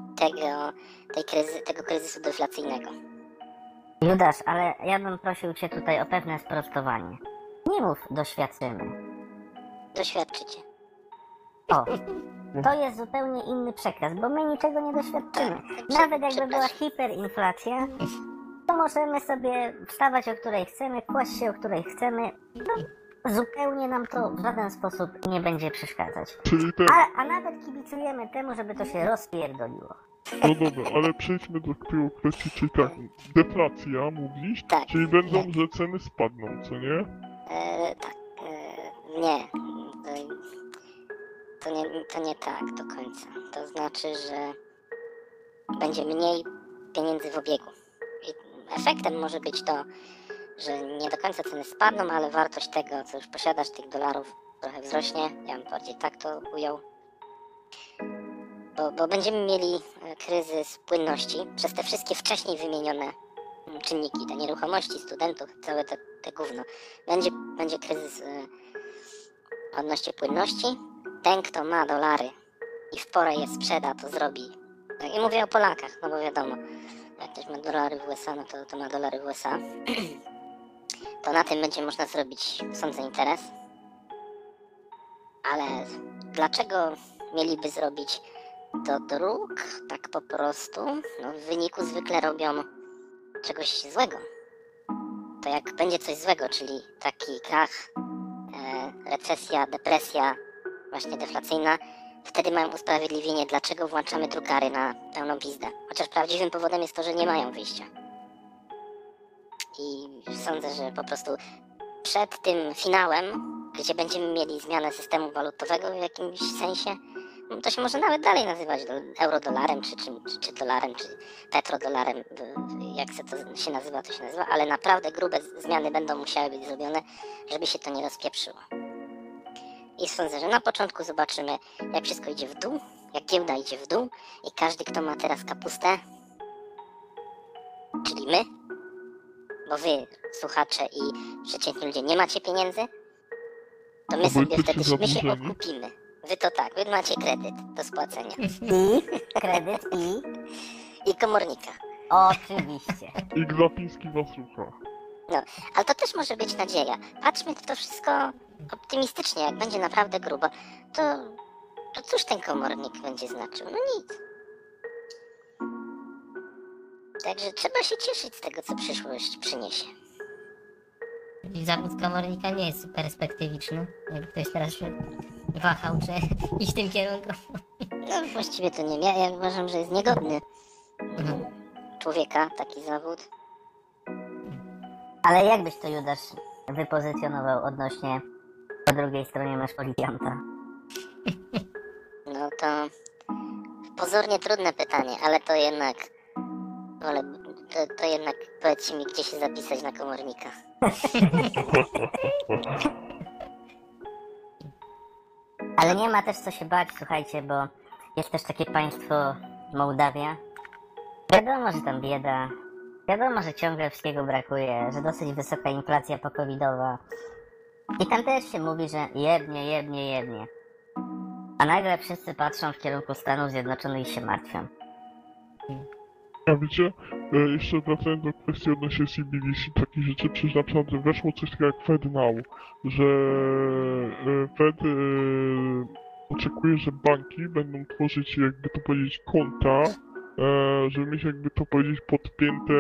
tego kryzysu deflacyjnego. Judasz, ale ja bym prosił cię tutaj o pewne sprostowanie. Nie mów doświadczymy. Doświadczycie. O, to jest zupełnie inny przekaz, bo my niczego nie doświadczymy. Nawet jakby była hiperinflacja, to możemy sobie wstawać o której chcemy, kłaść się o której chcemy. No, zupełnie nam to w żaden sposób nie będzie przeszkadzać. Czyli A nawet kibicujemy temu, żeby to się rozpierdoliło. no dobra, ale przejdźmy do tego kwestii, czyli tak, deflacja, mówisz? Tak. Czyli będą, że ceny spadną, co nie? Tak. Nie. To nie tak do końca. To znaczy, że będzie mniej pieniędzy w obiegu. I efektem może być to, że nie do końca ceny spadną, ale wartość tego, co już posiadasz, tych dolarów, trochę wzrośnie. Ja bym bardziej tak to ujął. Bo będziemy mieli kryzys płynności przez te wszystkie wcześniej wymienione czynniki, te nieruchomości, studentów, całe te gówno. Będzie kryzys odnośnie płynności. Ten, kto ma dolary i w porę je sprzeda, to zrobi. I mówię o Polakach, no bo wiadomo, jak ktoś ma dolary w USA, no to ma dolary w USA. To na tym będzie można zrobić, sądzę, interes. Ale dlaczego mieliby zrobić do dróg tak po prostu? No w wyniku zwykle robią czegoś złego. To jak będzie coś złego, czyli taki krach, recesja, depresja, właśnie deflacyjna, wtedy mają usprawiedliwienie, dlaczego włączamy drukary na pełną pizdę. Chociaż prawdziwym powodem jest to, że nie mają wyjścia. I sądzę, że po prostu przed tym finałem, gdzie będziemy mieli zmianę systemu walutowego w jakimś sensie, to się może nawet dalej nazywać eurodolarem, czy dolarem, czy petrodolarem, jak se to się nazywa, to się nazywa, ale naprawdę grube zmiany będą musiały być zrobione, żeby się to nie rozpieprzyło. I sądzę, że na początku zobaczymy, jak wszystko idzie w dół, jak giełda idzie w dół i każdy, kto ma teraz kapustę, czyli my, bo wy, słuchacze i przeciętni ludzie, nie macie pieniędzy, to my Bo sobie jesteście wtedy my się zadłużeni. okupimy. Wy to tak, wy macie kredyt do spłacenia. I kredyt I komornika. oczywiście. I Glapiński was słucha. No, ale to też może być nadzieja. Patrzmy w to wszystko optymistycznie, jak będzie naprawdę grubo, to cóż ten komornik będzie znaczył? No nic. Także trzeba się cieszyć z tego, co przyszłość przyniesie. I zawód komornika nie jest perspektywiczny. Jak ktoś teraz się wahał, czy iść w tym kierunku. No właściwie to nie wiem. Ja uważam, że jest niegodny człowieka taki zawód. Ale jak byś to, Judasz, wypozycjonował odnośnie po drugiej stronie masz policjanta? No to pozornie trudne pytanie, ale to jednak wolę, to jednak powiedzcie mi, gdzie się zapisać na komornika. Ale nie ma też co się bać, słuchajcie, bo jest też takie państwo Mołdawia. Wiadomo, że tam bieda. Wiadomo, że ciągle wszystkiego brakuje, że dosyć wysoka inflacja pokowidowa. I tam też się mówi, że jebnie. A nagle wszyscy patrzą w kierunku Stanów Zjednoczonych i się martwią. A wiecie, jeszcze wracając do kwestii odnośnie CBDC, takich rzeczy, przecież naprawdę weszło coś takiego jak FedNow, że Fed oczekuje, że banki będą tworzyć, jakby to powiedzieć, konta, żeby mieć, jakby to powiedzieć, podpięte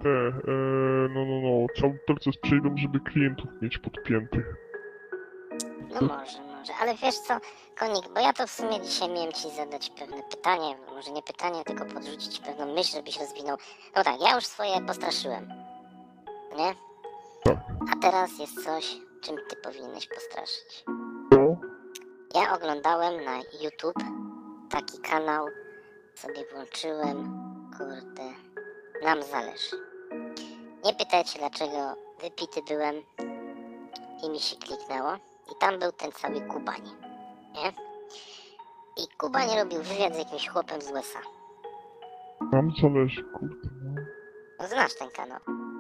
cały proces przejdą, żeby klientów mieć podpiętych. No może, ale wiesz co, Konik, bo ja to w sumie dzisiaj miałem ci zadać pewne pytanie, może nie pytanie, tylko podrzucić pewną myśl, żebyś rozwinął. No tak, ja już swoje postraszyłem, nie? Tak. A teraz jest coś, czym ty powinieneś postraszyć. No, Ja oglądałem na YouTube taki kanał, sobie włączyłem, kurde, nam zależy. Nie pytajcie, dlaczego wypity byłem i mi się kliknęło. I tam był ten cały Kubań, nie? I Kubań robił wywiad z jakimś chłopem z USA. nam zależy, kurde, no. No znasz ten kanał.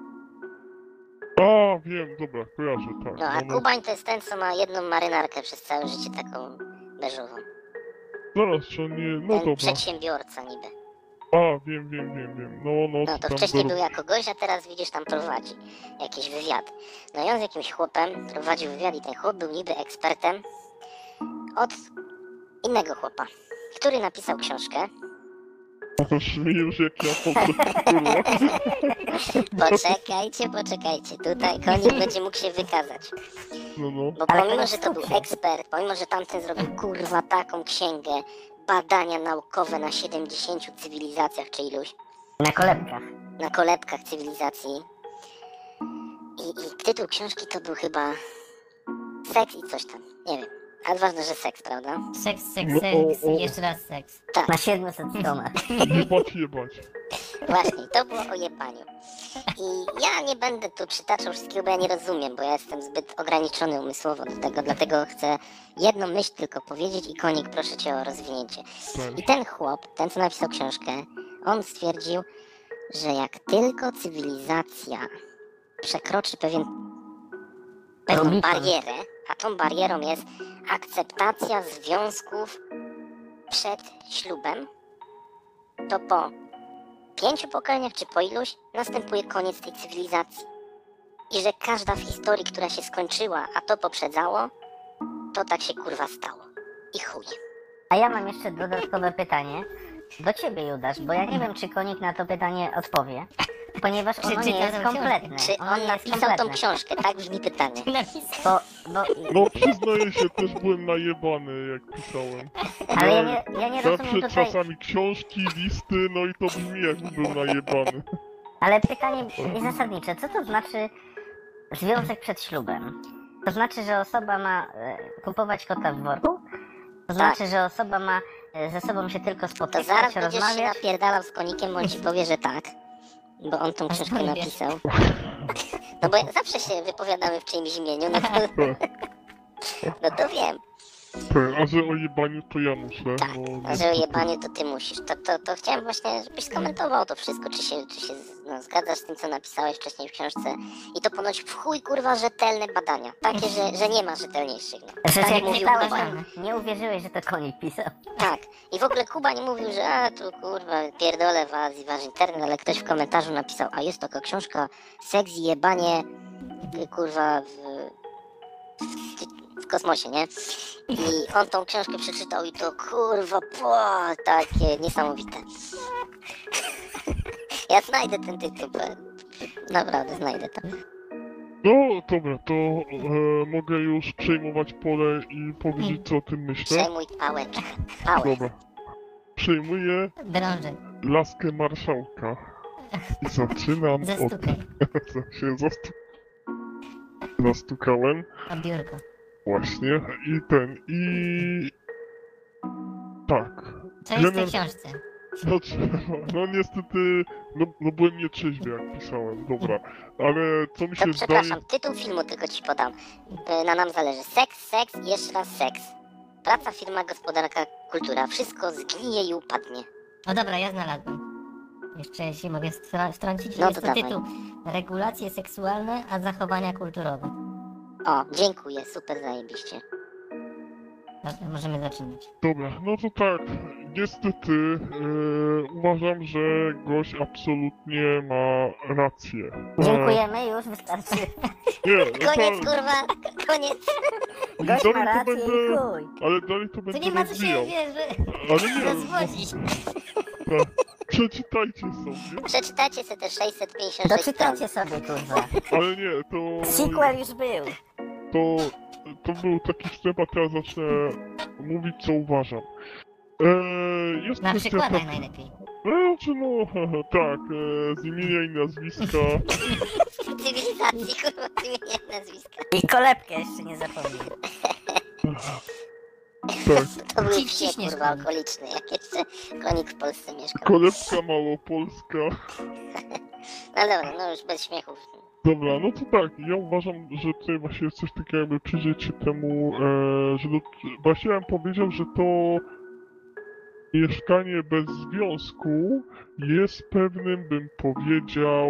A, wiem, dobra, kojarzę, tak. No a Kubań to jest ten, co ma jedną marynarkę przez całe życie, taką beżową. Zaraz, czy on nie... No Ten dobra. przedsiębiorca niby. A, wiem. No to tam wcześniej go- był jako gość, a teraz widzisz tam prowadzi jakiś wywiad. No i on z jakimś chłopem prowadził wywiad i ten chłop był niby ekspertem od innego chłopa, który napisał książkę. Aż mi już jak ja po prostu, kurwa. Poczekajcie, tutaj Konik będzie mógł się wykazać. No. Bo Ale pomimo, to że to był super. ekspert, pomimo, że tamten zrobił kurwa taką księgę, badania naukowe na 70 cywilizacjach czy iluś, Na kolebkach. na kolebkach cywilizacji. I tytuł książki to był chyba Seks i coś tam, nie wiem. Ale ważne, że seks, prawda? Seks, No, i jeszcze raz seks. Na 700 stronach. Jebać. Właśnie, to było o jebaniu. I ja nie będę tu przytaczał wszystkiego, bo ja nie rozumiem, bo ja jestem zbyt ograniczony umysłowo do tego, dlatego chcę jedną myśl tylko powiedzieć i Konik, proszę cię o rozwinięcie. I ten chłop, ten co napisał książkę, on stwierdził, że jak tylko cywilizacja przekroczy pewną Rubikon. barierę, a tą barierą jest akceptacja związków przed ślubem, to po 5 pokoleniach czy po iluś następuje koniec tej cywilizacji. I że każda w historii, która się skończyła, a to poprzedzało, to tak się kurwa stało. I chuj. A ja mam jeszcze dodatkowe pytanie do ciebie, Judasz, bo ja nie wiem, czy Konik na to pytanie odpowie, ponieważ ono nie czyta jest tą kompletne. Czy Ono on nie jest napisał tą kompletne. książkę? Tak brzmi pytanie. Napisał. Bo No przyznaję się, też byłem najebany jak pisałem. ale ja nie rozumiem Zawsze tutaj, czasami książki, listy, no i to brzmi jakby był najebany. ale pytanie jest zasadnicze, co to znaczy związek przed ślubem? To znaczy, że osoba ma kupować kota w worku? To znaczy, że osoba ma ze sobą się tylko To spotykać, zaraz będziesz się rozmawiać? napierdalał z Konikiem, bo on ci powie, że tak. Bo on tą książkę skąd wiesz? napisał. No bo zawsze się wypowiadamy w czyimś imieniu, no to wiem. A że o jebaniu to ja muszę. Tak, no, a że o jebaniu to ty musisz. To chciałem właśnie, żebyś skomentował to wszystko, czy się no, kurwa, zgadzasz z tym, co napisałeś wcześniej w książce. I to ponoć w chuj, kurwa, rzetelne badania. Takie, że nie ma rzetelniejszych. No. Przecież jak mówił czytałeś, Kubań. nie uwierzyłeś, że to Konik pisał. Tak. I w ogóle Kubań mówił, że tu kurwa, pierdolę wasz internet, ale ktoś w komentarzu napisał, a jest taka książka Seks i jebanie, kurwa, w kosmosie, nie? I on tą książkę przeczytał i to kurwa, takie niesamowite. Ja znajdę ten tytuł, naprawdę znajdę to. No dobra, to mogę już przejmować pole i powiedzieć, co o tym myślę. Przejmuj pałeczkę. Pałę. Dobra. Przejmuję Drążek, laskę marszałka. I zaczynam od... zastukaj Zastukałem. o biurko. Właśnie. I... Tak. Co jest w tej Gener- książce? No niestety, no byłem nietrzeźwy jak pisałem, dobra. Ale co mi To się przepraszam, zdaje... tytuł filmu tylko ci podam. Na nam zależy. Seks i jeszcze raz seks. Praca, firma, gospodarka, kultura. Wszystko zgnije i upadnie. No dobra, ja znalazłem. Jeszcze jeśli mogę wtrącić, No jest to to dawaj. tytuł Regulacje seksualne, a zachowania kulturowe. O, dziękuję, super zajebiście. Dobra, możemy zaczynać. Dobra, no to tak, niestety uważam, że gość absolutnie ma rację. Dziękujemy, już wystarczy. Nie, Koniec, kurwa, koniec. Gość dalej ma to rację i będę, chuj. ale dalej to Tu będę nie ma co się, rozwijał. wiesz, Ale nie, rozwodzić. tak, przeczytajcie sobie, Przeczytacie sobie te 656 stron. Doczytajcie sobie, kurwa. ale nie, to... Sequel już był. To był taki wstęp, a teraz zacznę mówić, co uważam. Jest Na kwestia przykładach taka- najlepiej. Znaczy no, tak, z imienia i nazwiska. Cywilizacji, kurwa, imienia, nazwiska. I kolebkę jeszcze nie zapomnij. Tak, To były Ci wsie, wciśniesz kurwa, konik. okoliczne, jak jeszcze konik w Polsce mieszkał. kolebka małopolska. No dobra, no już bez śmiechów. Dobra, no to tak, ja uważam, że tutaj właśnie jest coś takiego, jakby przyjrzeć się temu, że właśnie ja bym powiedział, że to mieszkanie bez związku jest pewnym, bym powiedział,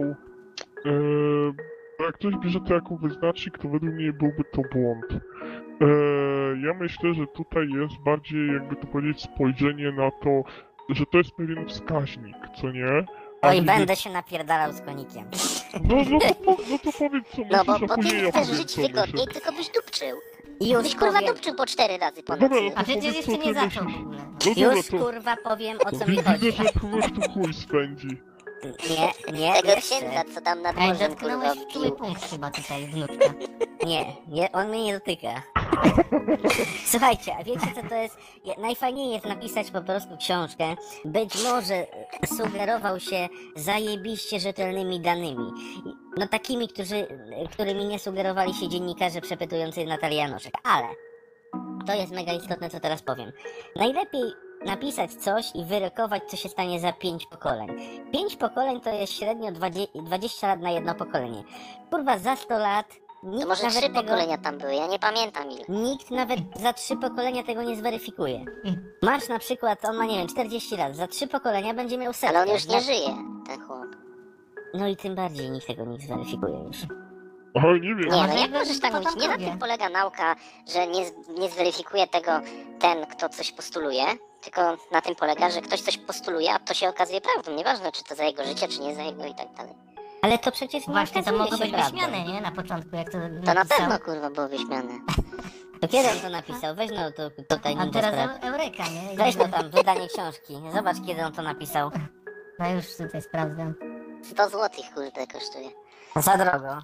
jak ktoś bierze to jako wyznacznik, to według mnie byłby to błąd. Ja myślę, że tutaj jest bardziej, jakby to powiedzieć, spojrzenie na to, że to jest pewien wskaźnik, co nie? A Oj, że- będę się napierdalał z konikiem. no to powiedz co No myślisz, bo a ty później nie ja chcesz powiem żyć co myślę. wygodniej, tylko byś dupczył. I już Byś kurwa powiem, dupczył po 4 razy po Dobra, nocy. no A przecież powiedz, jeszcze co nie ty zaczął w myślisz. ogóle. No dobra, już to kurwa powiem o co mi widzę, chodzi. że kogoś tu chuj spędzi. Nie, Tego jeszcze. księdza, co tam nad Ej, morzem, kurwa, dotknąłeś w czuły pił. punkt chyba tutaj, wnuczka. Nie, on mnie nie dotyka. Słuchajcie, a wiecie co to jest? Najfajniej jest napisać po prostu książkę. Być może sugerował się zajebiście rzetelnymi danymi. No takimi, którymi nie sugerowali się dziennikarze przepytujący Natalię Janoszek. Ale to jest mega istotne, co teraz powiem. Najlepiej napisać coś i wyrokować, co się stanie za 5 pokoleń. 5 pokoleń to jest średnio 20 lat na jedno pokolenie. Kurwa, za 100 lat To nikt może nawet 3 tego... pokolenia tam były, ja nie pamiętam ile. Nikt nawet za 3 pokolenia tego nie zweryfikuje. Masz na przykład, on ma nie wiem, 40 lat, za 3 pokolenia będzie miał setkę. Ale on już nie żyje, ten chłop. No i tym bardziej nikt tego nie zweryfikuje już. Ale nie wiem. Nie, no może jak jego możesz tak mówić? Nie na potomkowie. tym polega nauka, że nie zweryfikuje tego ten, kto coś postuluje, tylko na tym polega, że ktoś coś postuluje, a to się okazuje prawdą. Nieważne, czy to za jego życie, czy nie za jego i tak dalej. Ale to przecież nie Właśnie, to okazuje mogło się być prawdą. wyśmiane, nie? Na początku, jak to To na napisał. pewno, kurwa, było wyśmiane. To kiedy on to napisał? Weź no to tutaj A Ninja teraz sprawdź. Eureka, nie? Weź no tam, wydanie książki. Zobacz kiedy on to napisał. No już tutaj sprawdzam. 100 złotych, kurde, kosztuje. Za drogo.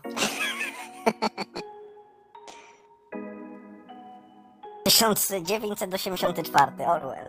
1984, Orwell.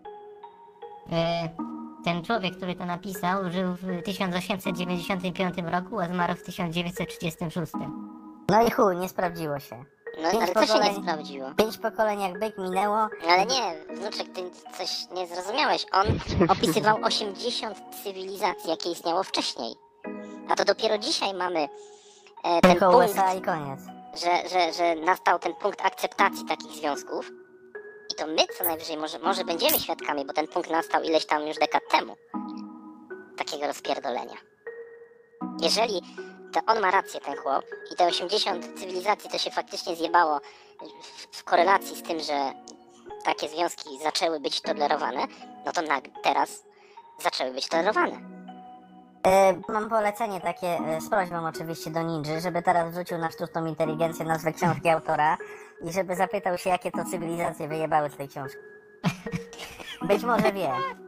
Ten człowiek, który to napisał, żył w 1895 roku, a zmarł w 1936. No i chuj, nie sprawdziło się. No, Pięć ale co się nie pokoleń. sprawdziło? 5 pokoleń jak byk minęło. Ale nie, wnuczek, ty coś nie zrozumiałeś. On opisywał 80 cywilizacji, jakie istniało wcześniej. A to dopiero dzisiaj mamy ten Tylko punkt, USA i koniec. że nastał ten punkt akceptacji takich związków. I to my co najwyżej może będziemy świadkami, bo ten punkt nastał ileś tam już dekad temu. Takiego rozpierdolenia. Jeżeli to on ma rację, ten chłop, i te 80 cywilizacji to się faktycznie zjebało w korelacji z tym, że takie związki zaczęły być tolerowane, no to teraz zaczęły być tolerowane. Mam polecenie takie, z prośbą oczywiście do Ninży, żeby teraz wrzucił na sztuczną inteligencję nazwę książki autora i żeby zapytał się, jakie to cywilizacje wyjebały z tej książki. Być może wie.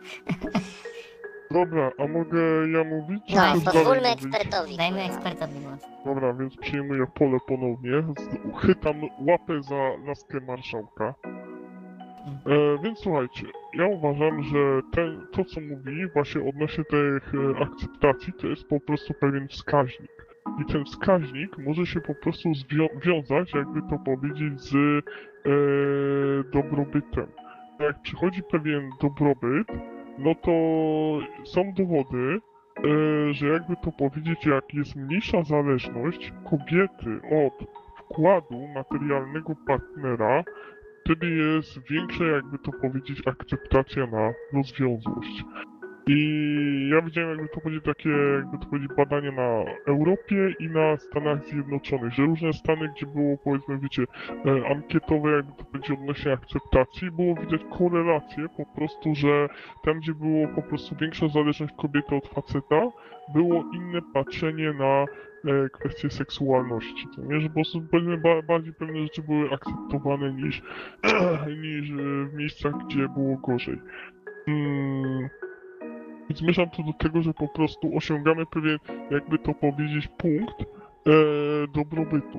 Dobra, a mogę ja mówić? czy No, ktoś pozwólmy dalej mówić? ekspertowi. Dajmy ekspertowi głos. Dobra, więc przyjmuję pole ponownie. Chytam łapę za laskę marszałka. Więc słuchajcie, ja uważam, że to co mówi właśnie odnośnie tych akceptacji, to jest po prostu pewien wskaźnik. I ten wskaźnik może się po prostu wiązać, jakby to powiedzieć, z dobrobytem. Jak przychodzi pewien dobrobyt, no to są dowody, że jakby to powiedzieć, jak jest mniejsza zależność kobiety od wkładu materialnego partnera, wtedy jest większa, jakby to powiedzieć, akceptacja na rozwiązłość. I ja widziałem, jakby to powiedzieć, takie, jakby to powiedzieć, badania na Europie i na Stanach Zjednoczonych, że różne stany, gdzie było, powiedzmy, wiecie, ankietowe, jakby to powiedzieć, odnośnie akceptacji, było widać korelację po prostu, że tam, gdzie było po prostu większa zależność kobiety od faceta, było inne patrzenie na kwestie seksualności, to nie, że po prostu powiedzmy bardziej pewne rzeczy były akceptowane niż w miejscach, gdzie było gorzej. I zmierzam tu do tego, że po prostu osiągamy pewien, jakby to powiedzieć, punkt dobrobytu.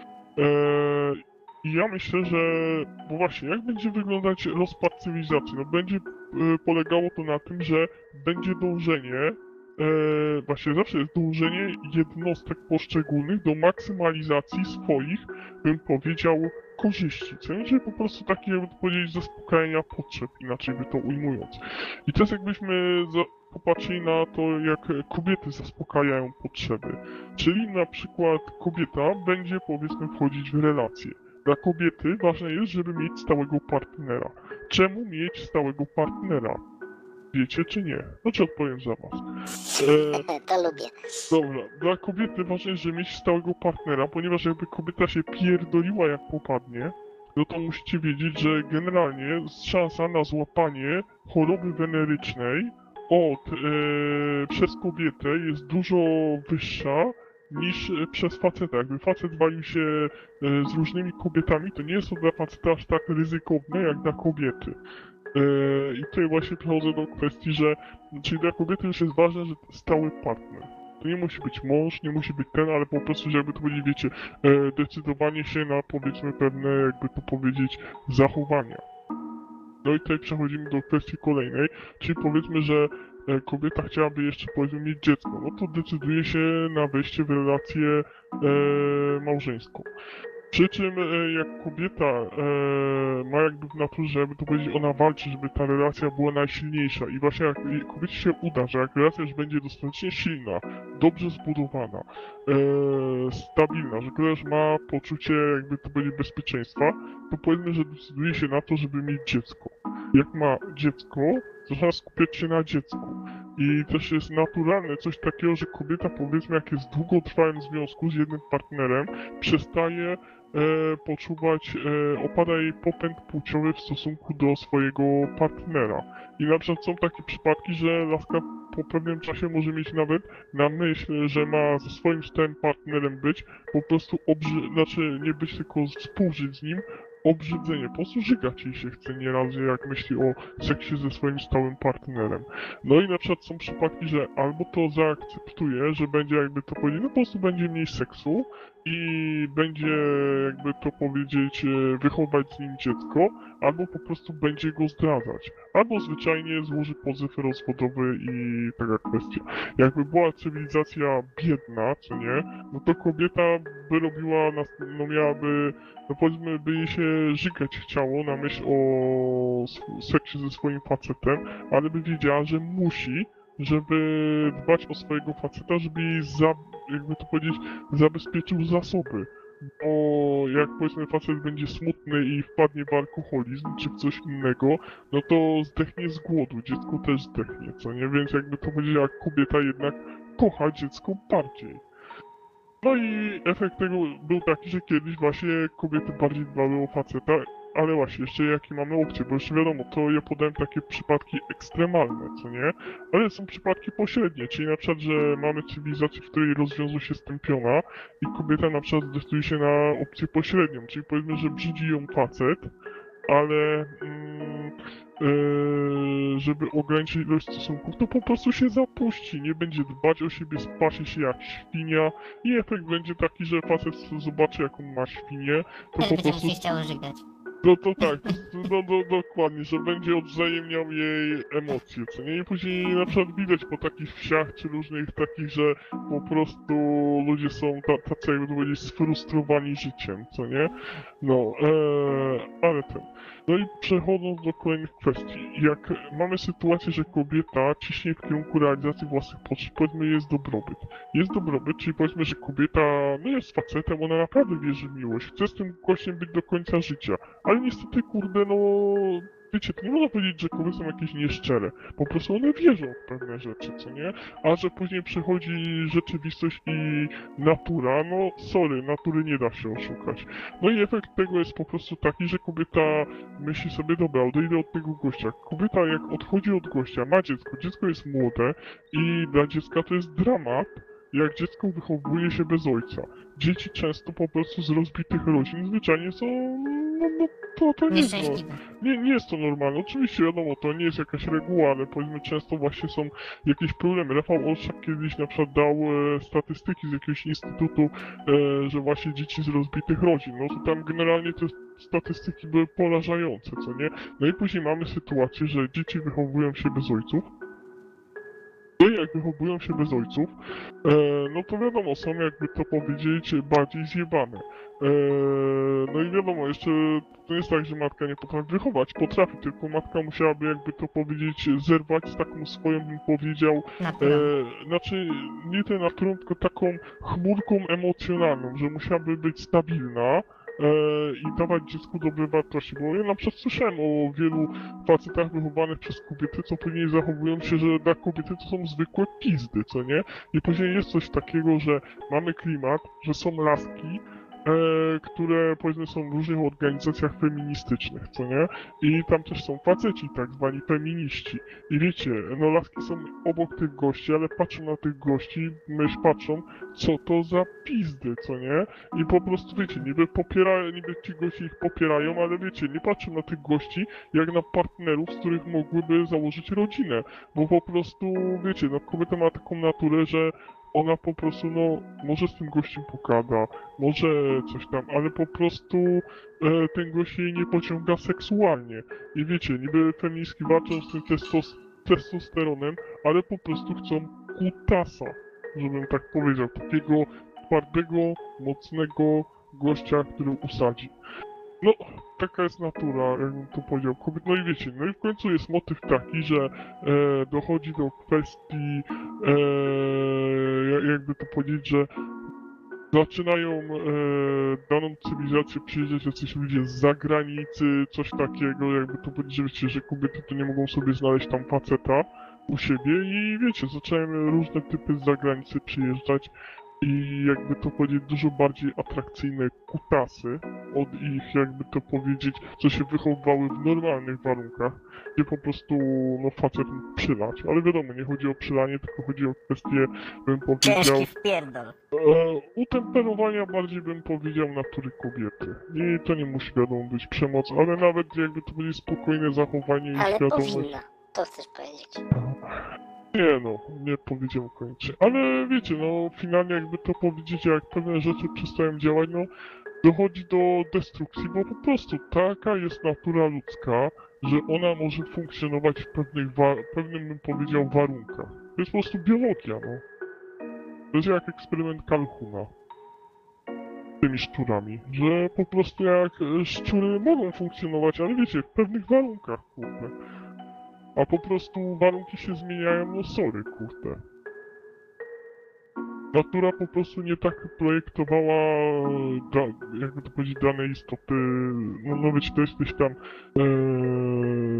I ja myślę, że, bo właśnie, jak będzie wyglądać rozpad cywilizacji? No będzie polegało to na tym, że będzie dążenie, właśnie zawsze jest dążenie jednostek poszczególnych do maksymalizacji swoich, bym powiedział, korzyści. Co nie, po prostu takie, jakby to powiedzieć, zaspokajania potrzeb, inaczej by to ujmując. I teraz jakbyśmy popatrzyli na to, jak kobiety zaspokajają potrzeby. Czyli na przykład kobieta będzie, powiedzmy, wchodzić w relacje. Dla kobiety ważne jest, żeby mieć stałego partnera. Czemu mieć stałego partnera? Wiecie czy nie? Znaczy odpowiem za was. To lubię. Dobra, dla kobiety ważne jest, żeby mieć stałego partnera, ponieważ jakby kobieta się pierdoliła jak popadnie, no to musicie wiedzieć, że generalnie szansa na złapanie choroby wenerycznej przez kobietę jest dużo wyższa niż przez faceta. Jakby facet walił się z różnymi kobietami, to nie jest to dla faceta aż tak ryzykowne jak dla kobiety. I tutaj właśnie przechodzę do kwestii, że czyli dla kobiety już jest ważne, że stały partner. To nie musi być mąż, nie musi być ten, ale po prostu, że jakby to powiedzieć, wiecie, decydowanie się na, powiedzmy, pewne, jakby to powiedzieć, zachowania. No i tutaj przechodzimy do kwestii kolejnej, czyli powiedzmy, że kobieta chciałaby jeszcze, powiedzmy, mieć dziecko, no to decyduje się na wejście w relację małżeńską. Przy czym jak kobieta ma jakby w naturze, jakby to powiedzieć, ona walczy, żeby ta relacja była najsilniejsza i właśnie jak kobiecie się uda, że jak relacja już będzie dostatecznie silna, dobrze zbudowana, stabilna, że kobieta już ma poczucie, jakby to powiedzieć, bezpieczeństwa, to powiedzmy, że decyduje się na to, żeby mieć dziecko. Jak ma dziecko, zaczyna skupiać się na dziecku. I też jest naturalne coś takiego, że kobieta, powiedzmy, jak jest w długotrwałym związku z jednym partnerem, przestaje poczuwać, opada jej popęd płciowy w stosunku do swojego partnera. I na przykład są takie przypadki, że laska po pewnym czasie może mieć nawet na myśl, że ma ze swoim stałym partnerem być, po prostu znaczy nie być, tylko współżyć z nim, obrzydzenie, po prostu żygać jej się chce nieraz, jak myśli o seksie ze swoim stałym partnerem. No i na przykład są przypadki, że albo to zaakceptuje, że będzie, jakby to powiedzieć, no po prostu będzie mniej seksu i będzie, jakby to powiedzieć, wychować z nim dziecko, albo po prostu będzie go zdradzać. Albo zwyczajnie złoży pozew rozwodowy i taka kwestia. Jakby była cywilizacja biedna, co nie, no to kobieta by robiła, no miałaby, no powiedzmy, by jej się żygać chciało na myśl o seksie ze swoim facetem, ale by wiedziała, że musi, żeby dbać o swojego faceta, żeby jej, jakby to powiedzieć, zabezpieczył zasoby. Bo jak, powiedzmy, facet będzie smutny i wpadnie w alkoholizm czy w coś innego, no to zdechnie z głodu, dziecko też zdechnie, co nie? Więc jakby to powiedzieć, jak kobieta jednak kocha dziecko bardziej. No i efekt tego był taki, że kiedyś właśnie kobiety bardziej dbały o faceta, ale właśnie jeszcze jakie mamy opcje, bo już wiadomo, to ja podałem takie przypadki ekstremalne, co nie? Ale są przypadki pośrednie, czyli na przykład, że mamy cywilizację, w której rozwiązuje się stępiona i kobieta na przykład zdecyduje się na opcję pośrednią, czyli powiedzmy, że brzydzi ją facet, ale żeby ograniczyć ilość stosunków, to po prostu się zapuści, nie będzie dbać o siebie, spasie się jak świnia i efekt będzie taki, że facet zobaczy jak on ma świnię, to Też po będzie mu prostu... się chciało żygać. No to tak, dokładnie, że będzie odwzajemniał jej emocje, co nie? I później na przykład widać po takich wsiach czy różnych takich, że po prostu ludzie są tacy jakby to powiedzieć sfrustrowani życiem, co nie? No, ale ten. No i przechodząc do kolejnych kwestii, jak mamy sytuację, że kobieta ciśnie w kierunku realizacji własnych potrzeb, powiedzmy jest dobrobyt. Jest dobrobyt, czyli powiedzmy, że kobieta no jest facetem, ona naprawdę wierzy w miłość, chce z tym gościem być do końca życia. Ale niestety, kurde, no... Wiecie, to nie można powiedzieć, że kobiety są jakieś nieszczere. Po prostu one wierzą w pewne rzeczy, co nie? A że później przychodzi rzeczywistość i natura, no sorry, natury nie da się oszukać. No i efekt tego jest po prostu taki, że kobieta myśli sobie, dobra, odejdę od tego gościa. Kobieta jak odchodzi od gościa, ma dziecko jest młode i dla dziecka to jest dramat, jak dziecko wychowuje się bez ojca. Dzieci często po prostu z rozbitych rodzin zwyczajnie są, to nie jest Nieszczęśliwe. nie jest to normalne. Oczywiście wiadomo, to nie jest jakaś reguła, ale powiedzmy często właśnie są jakieś problemy. Rafał Olszak kiedyś na przykład dał statystyki z jakiegoś instytutu, że właśnie dzieci z rozbitych rodzin. No to tam generalnie te statystyki były porażające, co nie? No i później mamy sytuację, że dzieci wychowują się bez ojców. No i jak wychowują się bez ojców, no to wiadomo, są jakby to powiedzieć bardziej zjebane. No i wiadomo, jeszcze to nie jest tak, że matka nie potrafi wychować, potrafi, tylko matka musiałaby jakby to powiedzieć zerwać z taką swoją, bym powiedział, Naturą. znaczy nie tę naturą, tylko taką chmurką emocjonalną, że musiałaby być stabilna, i dawać dziecku dobre wartości, bo ja na przykład słyszałem o wielu facetach wychowanych przez kobiety, co później zachowują się, że dla kobiety to są zwykłe pizdy, co nie? I później jest coś takiego, że mamy klimat, że są laski, które powiedzmy są w różnych organizacjach feministycznych, co nie? I tam też są faceci, tak zwani feminiści. I wiecie, no laski są obok tych gości, ale patrzą na tych gości, myśl patrzą, co to za pizdy, co nie? I po prostu wiecie, niby ci gości ich popierają, ale wiecie, nie patrzą na tych gości jak na partnerów, z których mogłyby założyć rodzinę. Bo po prostu, wiecie, no kobieta ma taką naturę, że ona po prostu, no, może z tym gościem pogada, może coś tam, ale po prostu ten gość jej nie pociąga seksualnie. I wiecie, niby feministki walczą z tym testosteronem, ale po prostu chcą kutasa, żebym tak powiedział, takiego twardego, mocnego gościa, który usadzi. No, taka jest natura, jakbym to powiedział, kobiet. No i wiecie, no i w końcu jest motyw taki, że dochodzi do kwestii, jakby to powiedzieć, że zaczynają daną cywilizację przyjeżdżać jacyś ludzie z zagranicy, coś takiego, jakby to powiedzieć, że wiecie, że kobiety to nie mogą sobie znaleźć tam faceta u siebie i wiecie, zaczynają różne typy z zagranicy przyjeżdżać i jakby to powiedzieć dużo bardziej atrakcyjne kutasy od ich, jakby to powiedzieć, co się wychowywały w normalnych warunkach, gdzie po prostu no facet mógł przylać, ale wiadomo, nie chodzi o przylanie, tylko chodzi o kwestię, bym powiedział, Ciężki wpierdol. utemperowania bardziej bym powiedział natury kobiety. I to nie musi wiadomo być przemoc, ale nawet jakby to będzie spokojne zachowanie i Ale świadomość. powinna. To chcesz powiedzieć. Nie no, nie powiedziałem koniecznie. Ale wiecie, no finalnie jakby to powiedzieć, jak pewne rzeczy przestają działać, no dochodzi do destrukcji, bo po prostu taka jest natura ludzka, że ona może funkcjonować w pewnym bym powiedział warunkach. To jest po prostu biologia, no. To jest jak eksperyment Kalhuna z tymi szczurami, że po prostu jak szczury mogą funkcjonować, ale wiecie, w pewnych warunkach, kurde. A po prostu warunki się zmieniają, no sorry, kurde. Natura po prostu nie tak projektowała, jakby to powiedzieć, dane istoty, no wiecie, to jest gdzieś tam,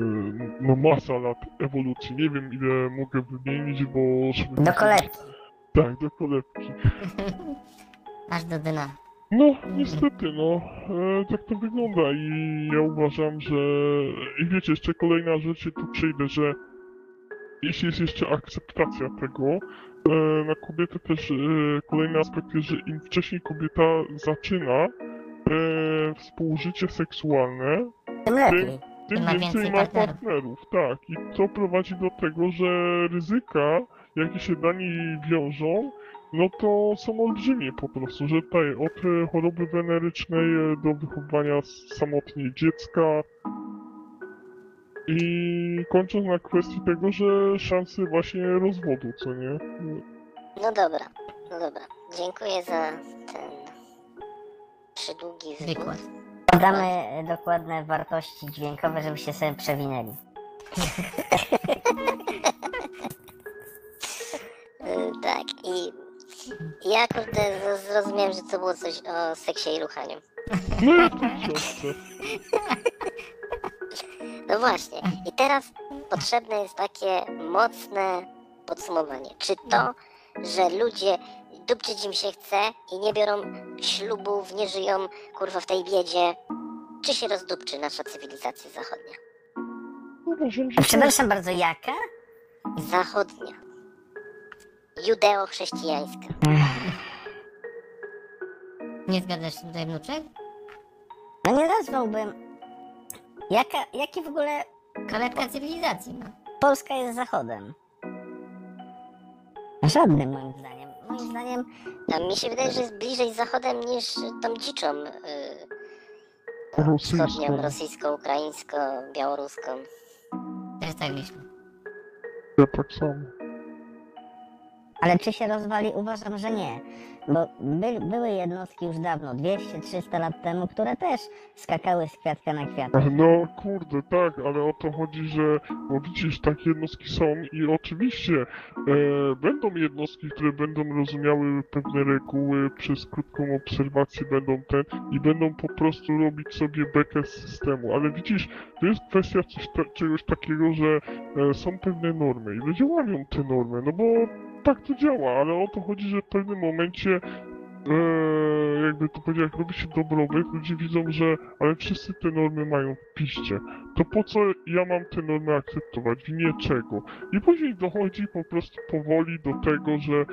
no masa lat ewolucji, nie wiem ile mogę wymienić, bo... Do kolekcji. Tak, do kolebki. Aż do dna. No, niestety, no, tak to wygląda i ja uważam, że... I wiecie, jeszcze kolejna rzecz, się tu przyjdę, że jeśli jest jeszcze akceptacja tego, na kobietę też kolejny aspekt jest, że im wcześniej kobieta zaczyna współżycie seksualne, Tym lepiej. tym Ma więcej więcej ma partnerów. partnerów, tak. I to prowadzi do tego, że ryzyka, jakie się dla niej wiążą, no to są olbrzymie po prostu, że tutaj od choroby wenerycznej do wychowania samotnie dziecka i kończąc na kwestii tego, że szanse właśnie rozwodu, co nie? No dobra, no dobra. Dziękuję za ten przydługi wywód. Wykład. Podamy dokładne wartości dźwiękowe, żebyście sobie przewinęli. Tak, i ja kurde zrozumiałem, że to było coś o seksie i ruchaniu. No jak to w książce. No właśnie, i teraz potrzebne jest takie mocne podsumowanie. Czy to, że ludzie dupczyć im się chce i nie biorą ślubów, nie żyją kurwa w tej biedzie, czy się rozdupczy nasza cywilizacja zachodnia? Uważam, że tak. Przepraszam bardzo, jaka? Zachodnia. Judeo-chrześcijańska. Nie zgadzasz się tutaj, wnuczek? No nie nazwałbym. Jaki w ogóle Kolebka cywilizacji, no. Polska jest zachodem? Żadnym moim zdaniem. Moim zdaniem A mi się wydaje, że jest bliżej z zachodem niż tą dziczą wschodnią, rosyjską. rosyjską, ukraińską, białoruską. Też tak myślę. Ja tak samo. Ale czy się rozwali? Uważam, że nie. Bo były jednostki już dawno, 200-300 lat temu, które też skakały z kwiatka na kwiatek. No kurde, tak, ale o to chodzi, że no widzisz, takie jednostki są i oczywiście będą jednostki, które będą rozumiały pewne reguły, przez krótką obserwację będą i będą po prostu robić sobie bekę z systemu, ale widzisz, to jest kwestia czegoś takiego, że są pewne normy i ludzie łamią te normy, no bo tak to działa, ale o to chodzi, że w pewnym momencie jakby to powiedział, jak robi się dobrobyt, ludzie widzą, że ale wszyscy te normy mają w piście. To po co ja mam te normy akceptować? W imię czego? I później dochodzi po prostu powoli do tego, że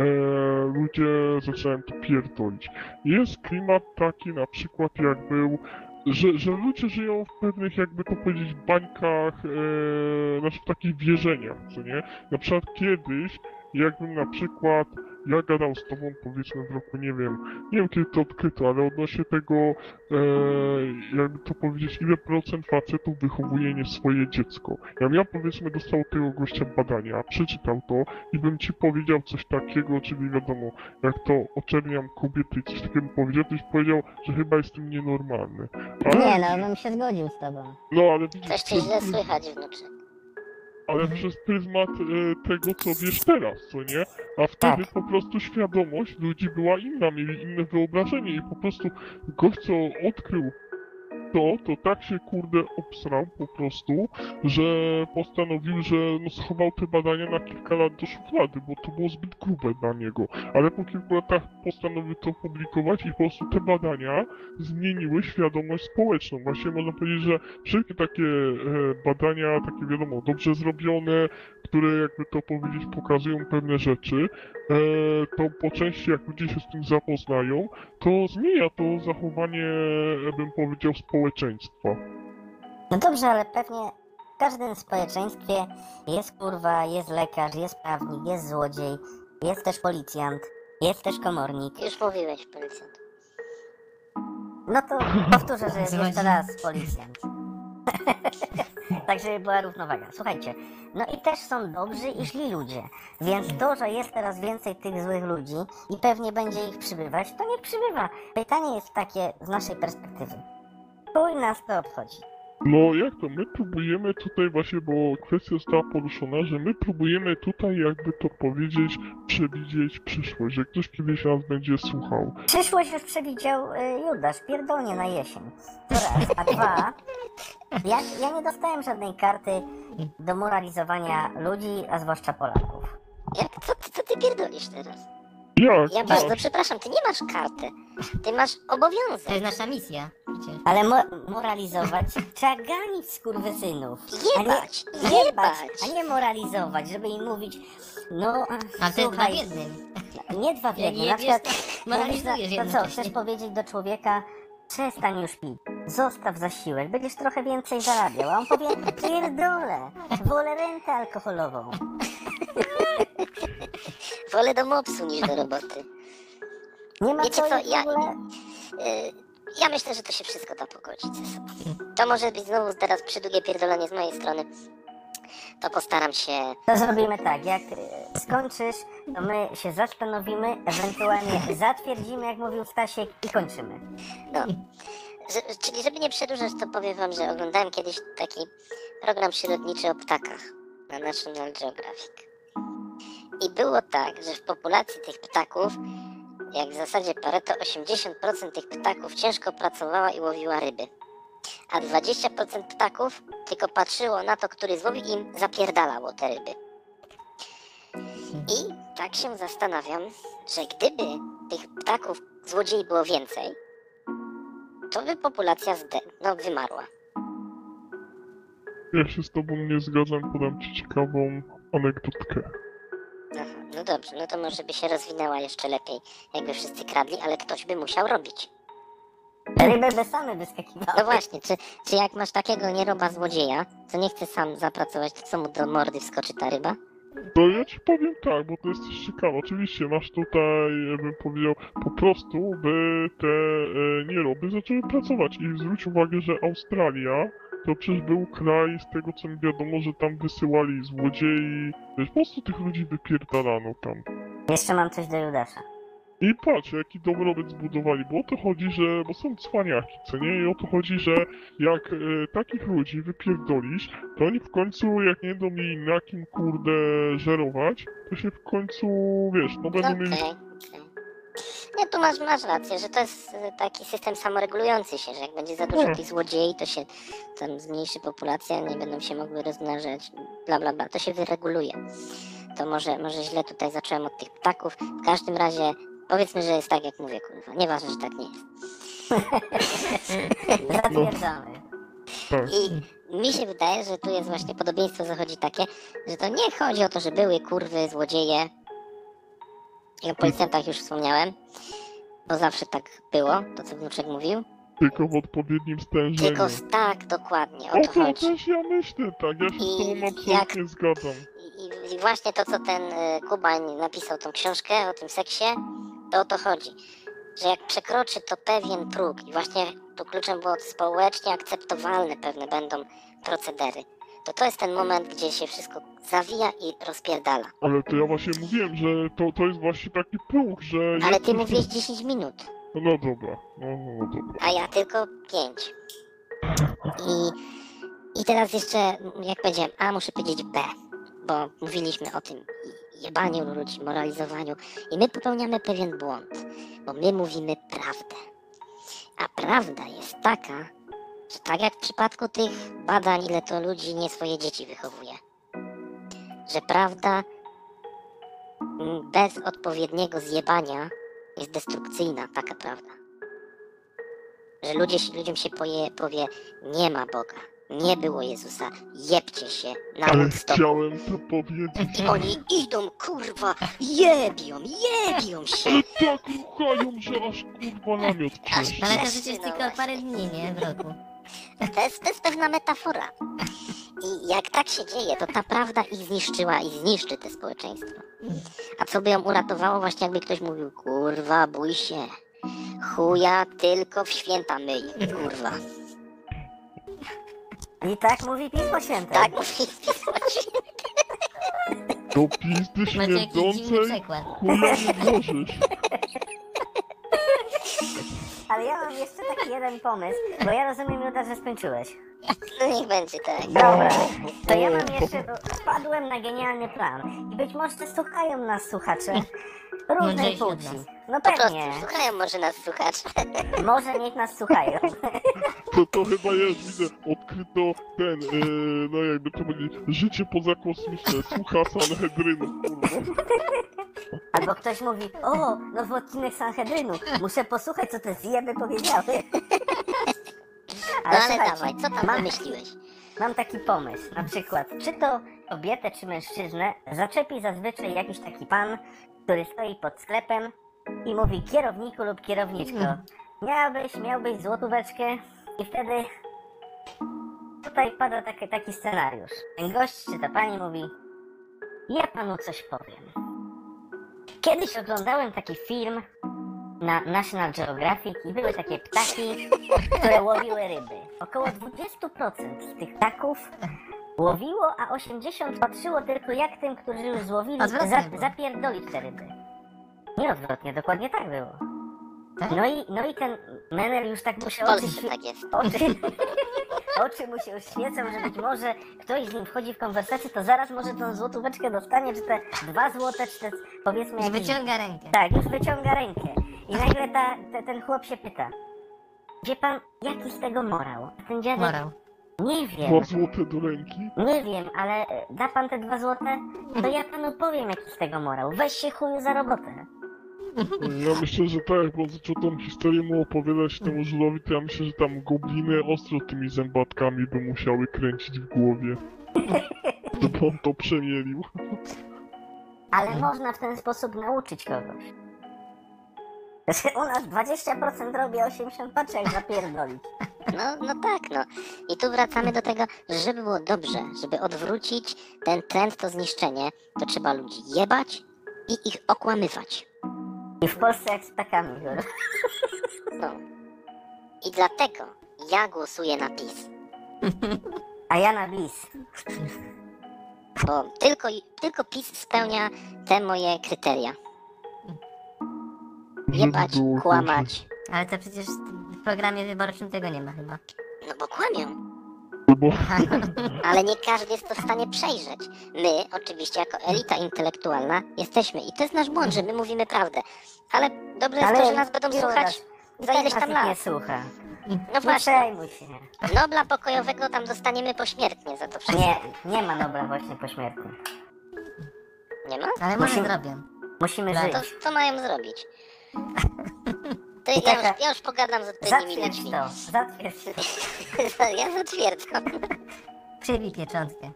ludzie zaczynają to pierdolić. Jest klimat taki na przykład jak był, że ludzie żyją w pewnych, jakby to powiedzieć, bańkach, znaczy w takich wierzeniach, co nie? Na przykład kiedyś, jakbym na przykład ja gadał z tobą, powiedzmy w roku, nie wiem kiedy to odkryto, ale odnośnie tego, jakby to powiedzieć, ile procent facetów wychowuje nie swoje dziecko. Ja powiedzmy dostał od tego gościa badania, przeczytał to i bym ci powiedział coś takiego, czyli wiadomo, jak to oczerniam kobiety i coś takiego powiedział, to byś powiedział, że chyba jestem nienormalny. Nie no, bym się zgodził z tobą. No ale widzisz, Coś cię źle słychać, wnuczek. ale przez pryzmat tego, co wiesz teraz, co nie? A wtedy Tak. po prostu świadomość ludzi była inna, mieli inne wyobrażenie i po prostu gość, co odkrył to tak się kurde obsrał po prostu, że postanowił, że no schował te badania na kilka lat do szuflady, bo to było zbyt grube dla niego. Ale po kilku latach postanowił to publikować i po prostu te badania zmieniły świadomość społeczną. Właśnie można powiedzieć, że wszelkie takie badania, takie wiadomo, dobrze zrobione, które jakby to powiedzieć pokazują pewne rzeczy, to po części jak ludzie się z tym zapoznają, to zmienia to zachowanie, bym powiedział, społeczeństwa. No dobrze, ale pewnie w każdym społeczeństwie jest kurwa, jest lekarz, jest prawnik, jest złodziej, jest też policjant, jest też komornik. Już mówiłeś, policjant. No to powtórzę, że jest Złodziej. jeszcze raz policjant. Tak, żeby była równowaga. Słuchajcie, no i też są dobrzy i źli ludzie, więc to, że jest teraz więcej tych złych ludzi i pewnie będzie ich przybywać, to niech przybywa. Pytanie jest takie z naszej perspektywy. Chuj nas to obchodzi. No jak to? My próbujemy tutaj właśnie, bo kwestia została poruszona, że my próbujemy tutaj jakby to powiedzieć, przewidzieć przyszłość, że ktoś kiedyś nas będzie słuchał. Przyszłość już przewidział Judasz, pierdolnie na jesień. To raz, a dwa, ja nie dostałem żadnej karty do moralizowania ludzi, a zwłaszcza Polaków. Co ty pierdolisz teraz? Jak? Ja bardzo przepraszam, ty nie masz karty. Ty masz To obowiązek. jest nasza misja. Przecież. Ale moralizować trzeba ganić skurwysynów. Jebać, a nie, jebać. a nie moralizować, żeby im mówić, no A to jest dwa w słuchaj, jednym. nie dwa w Jak jednym. Na jedziesz, przykład to moralizujesz mówisz, to co, jednocześnie. chcesz powiedzieć do człowieka, przestań już pić, zostaw zasiłek, będziesz trochę więcej zarabiał, a on powie, pierdolę, wolę rentę alkoholową. Wolę do mopsu niż do roboty. Nie ma Wiecie co, w ogóle... Ja myślę, że to się wszystko da pogodzić ze sobą. To może być znowu teraz przydługie pierdolenie z mojej strony. To postaram się... To zrobimy tak, jak skończysz, to my się zastanowimy, ewentualnie zatwierdzimy, jak mówił Stasiek, i kończymy. No. Czyli żeby nie przedłużać, to powiem wam, że oglądałem kiedyś taki program przyrodniczy o ptakach na National Geographic. I było tak, że w populacji tych ptaków, jak w zasadzie Pareto, 80% tych ptaków ciężko pracowała i łowiła ryby. A 20% ptaków tylko patrzyło na to, który złowił i im zapierdalało te ryby. I tak się zastanawiam, że gdyby tych ptaków złodziei było więcej, to by populacja wymarła. Ja się z tobą nie zgadzam, podam ci ciekawą anegdotkę. Aha, no dobrze, no to może by się rozwinęła jeszcze lepiej, jakby wszyscy kradli, ale ktoś by musiał robić. Ryby by same wyskakiwały. No właśnie, czy jak masz takiego nieroba złodzieja, co nie chce sam zapracować, to co mu do mordy wskoczy ta ryba? To ja ci powiem tak, bo to jest coś ciekawe. Oczywiście masz tutaj, bym powiedział, po prostu by te nieroby zaczęły pracować. I zwróć uwagę, że Australia to przecież był kraj, z tego co mi wiadomo, że tam wysyłali złodziei, wiesz, po prostu tych ludzi wypierdalano tam. Jeszcze mam coś do Judasza. I patrz, jaki dobrobyt zbudowali, bo o to chodzi, że, bo są cwaniaki, co nie? I o to chodzi, że jak takich ludzi wypierdolisz, to oni w końcu, jak nie będą mieli na kim, kurde, żerować, to się w końcu, wiesz, no będą Okej, mieli... okej. Nie, tu masz rację, że to jest taki system samoregulujący się, że jak będzie za dużo tych złodziei, to się tam zmniejszy populacja, nie będą się mogły rozmnażać, bla bla bla, to się wyreguluje. To może źle tutaj zacząłem od tych ptaków, w każdym razie powiedzmy, że jest tak jak mówię, kurwa, nieważne, że tak nie jest. Zatwierdzamy. Tak. I mi się wydaje, że tu jest właśnie podobieństwo zachodzi takie, że to nie chodzi o to, że były kurwy, złodzieje. I o policjantach już wspomniałem, bo zawsze tak było, to co wnuczek mówił. Tylko w odpowiednim stężeniu. Tylko tak, dokładnie, o O to to chodzi. też ja myślę, tak, ja się z I tobą absolutnie zgadzam. I właśnie to, co ten Kubań napisał tą książkę o tym seksie, to o to chodzi. Że jak przekroczy to pewien próg i właśnie tu kluczem było społecznie akceptowalne pewne będą procedery, to jest ten moment, gdzie się wszystko zawija i rozpierdala. Ale to ja właśnie mówiłem, że to jest właśnie taki próg, że... Ale jest ty coś- mówisz 10 minut, No dobra, no dobra. a ja tylko 5. I teraz jeszcze, jak powiedziałem A, muszę powiedzieć B, bo mówiliśmy o tym jebaniu ludzi, moralizowaniu i my popełniamy pewien błąd, bo my mówimy prawdę. A prawda jest taka, że tak jak w przypadku tych badań, ile to ludzi nie swoje dzieci wychowuje, że prawda bez odpowiedniego zjebania jest destrukcyjna, taka prawda. Że ludziom się powie, nie ma Boga, nie było Jezusa, jebcie się na Ale Woodstocku. chciałem to powiedzieć. I oni idą, kurwa, jebią się. Ale tak ruchają, że aż kurwa namiot trzeszczy. Ale to Wiesz, przecież no tylko właśnie. parę dni, nie? W roku. To jest pewna metafora. I jak tak się dzieje, to ta prawda ich zniszczyła i zniszczy te społeczeństwo. A co by ją uratowało? Właśnie jakby ktoś mówił, kurwa, bój się. Chuja tylko w święta myj, kurwa. I tak mówi Pismo Święte. Tak mówi Pismo Święte. Do pizdy Macie jakiś dziwny śmierdzącej przekład. chuja nie włożysz. Ale ja mam jeszcze taki jeden pomysł, bo ja rozumiem, Juda, że skończyłeś. No niech będzie tak. Dobra, to ja mam jeszcze, wpadłem na genialny plan i być może słuchają nas słuchacze różnej Mądrzejsi od płci. nas. No Po prostu, pewnie, słuchają może nas słuchacze. może niech nas słuchają. To chyba jest, widzę, odkryto ten, no jakby to powiedzieć, życie pozakosmiczne, słucha Sanhedrynu, kurwa. Albo ktoś mówi, o, nowy odcinek Sanhedrynu, muszę posłuchać, co te zjeby powiedziały. No ale słuchajcie, dawaj, co tam wymyśliłeś? mam taki pomysł, na przykład, czy to kobietę, czy mężczyznę zaczepi zazwyczaj jakiś taki pan, który stoi pod sklepem i mówi kierowniku lub kierowniczko, miałbyś złotóweczkę i wtedy tutaj pada taki scenariusz. Ten gość czy ta pani mówi, ja panu coś powiem. Kiedyś oglądałem taki film na National Geographic i były takie ptaki, które łowiły ryby. Około 20% z tych ptaków łowiło, a 80% patrzyło tylko jak tym, którzy już złowili, Odwrotnie było. zapierdolić te ryby. Nie odwrotnie, dokładnie tak było. Tak? No i ten menel już tak mu się W Polsce tak jest. oczy mu się oświecą, że być może ktoś z nim wchodzi w konwersację, to zaraz może tą złotóweczkę dostanie, czy te 2 złote, czy te powiedzmy I jakieś... wyciąga rękę. Tak, już wyciąga rękę. I nagle ten chłop się pyta, wie pan, jaki z tego morał? A ten dziadek, Morał. nie wiem, 2 złote do ręki. nie wiem, ale da pan te 2 złote? To ja panu powiem, jaki z tego morał. Weź się chuju za robotę. Ja myślę, że tak, bo zaczął tą historię mu opowiadać temu żulowi, to ja myślę, że tam gobliny ostro tymi zębatkami by musiały kręcić w głowie. Żeby on to przemielił. Ale można w ten sposób nauczyć kogoś. Że u nas 20% robi, a 80% patrzę jak zapierdolić. No tak, no. I tu wracamy do tego, że żeby było dobrze, żeby odwrócić ten trend, to zniszczenie, to trzeba ludzi jebać i ich okłamywać. I w Polsce jak z ptakami, kurwa. No. I dlatego ja głosuję na PiS. A ja na bis. Bo tylko PiS spełnia te moje kryteria. Jebać, Żeby było kłamać. Ale to przecież w programie wyborczym tego nie ma chyba. No bo kłamią. Bo Ale nie każdy jest to w stanie przejrzeć. My, oczywiście, jako elita intelektualna, jesteśmy. I to jest nasz błąd, że my mówimy prawdę. Ale dobrze jest to, że nas będą słuchać za ileś tam nie lat. słucha. No Nie właśnie. przejmuj się. Nobla pokojowego tam dostaniemy pośmiertnie za to wszystko. Nie ma Nobla właśnie pośmiertnie. Nie ma? Ale może Musimy- zrobią. Musimy Tak. żyć. To co mają zrobić? To I taka- ja już pogadam z odpowiednimi Zatwierdź ludźmi. to, zatwierdź to. Ja zatwierdzam. Przybij pieczątkę.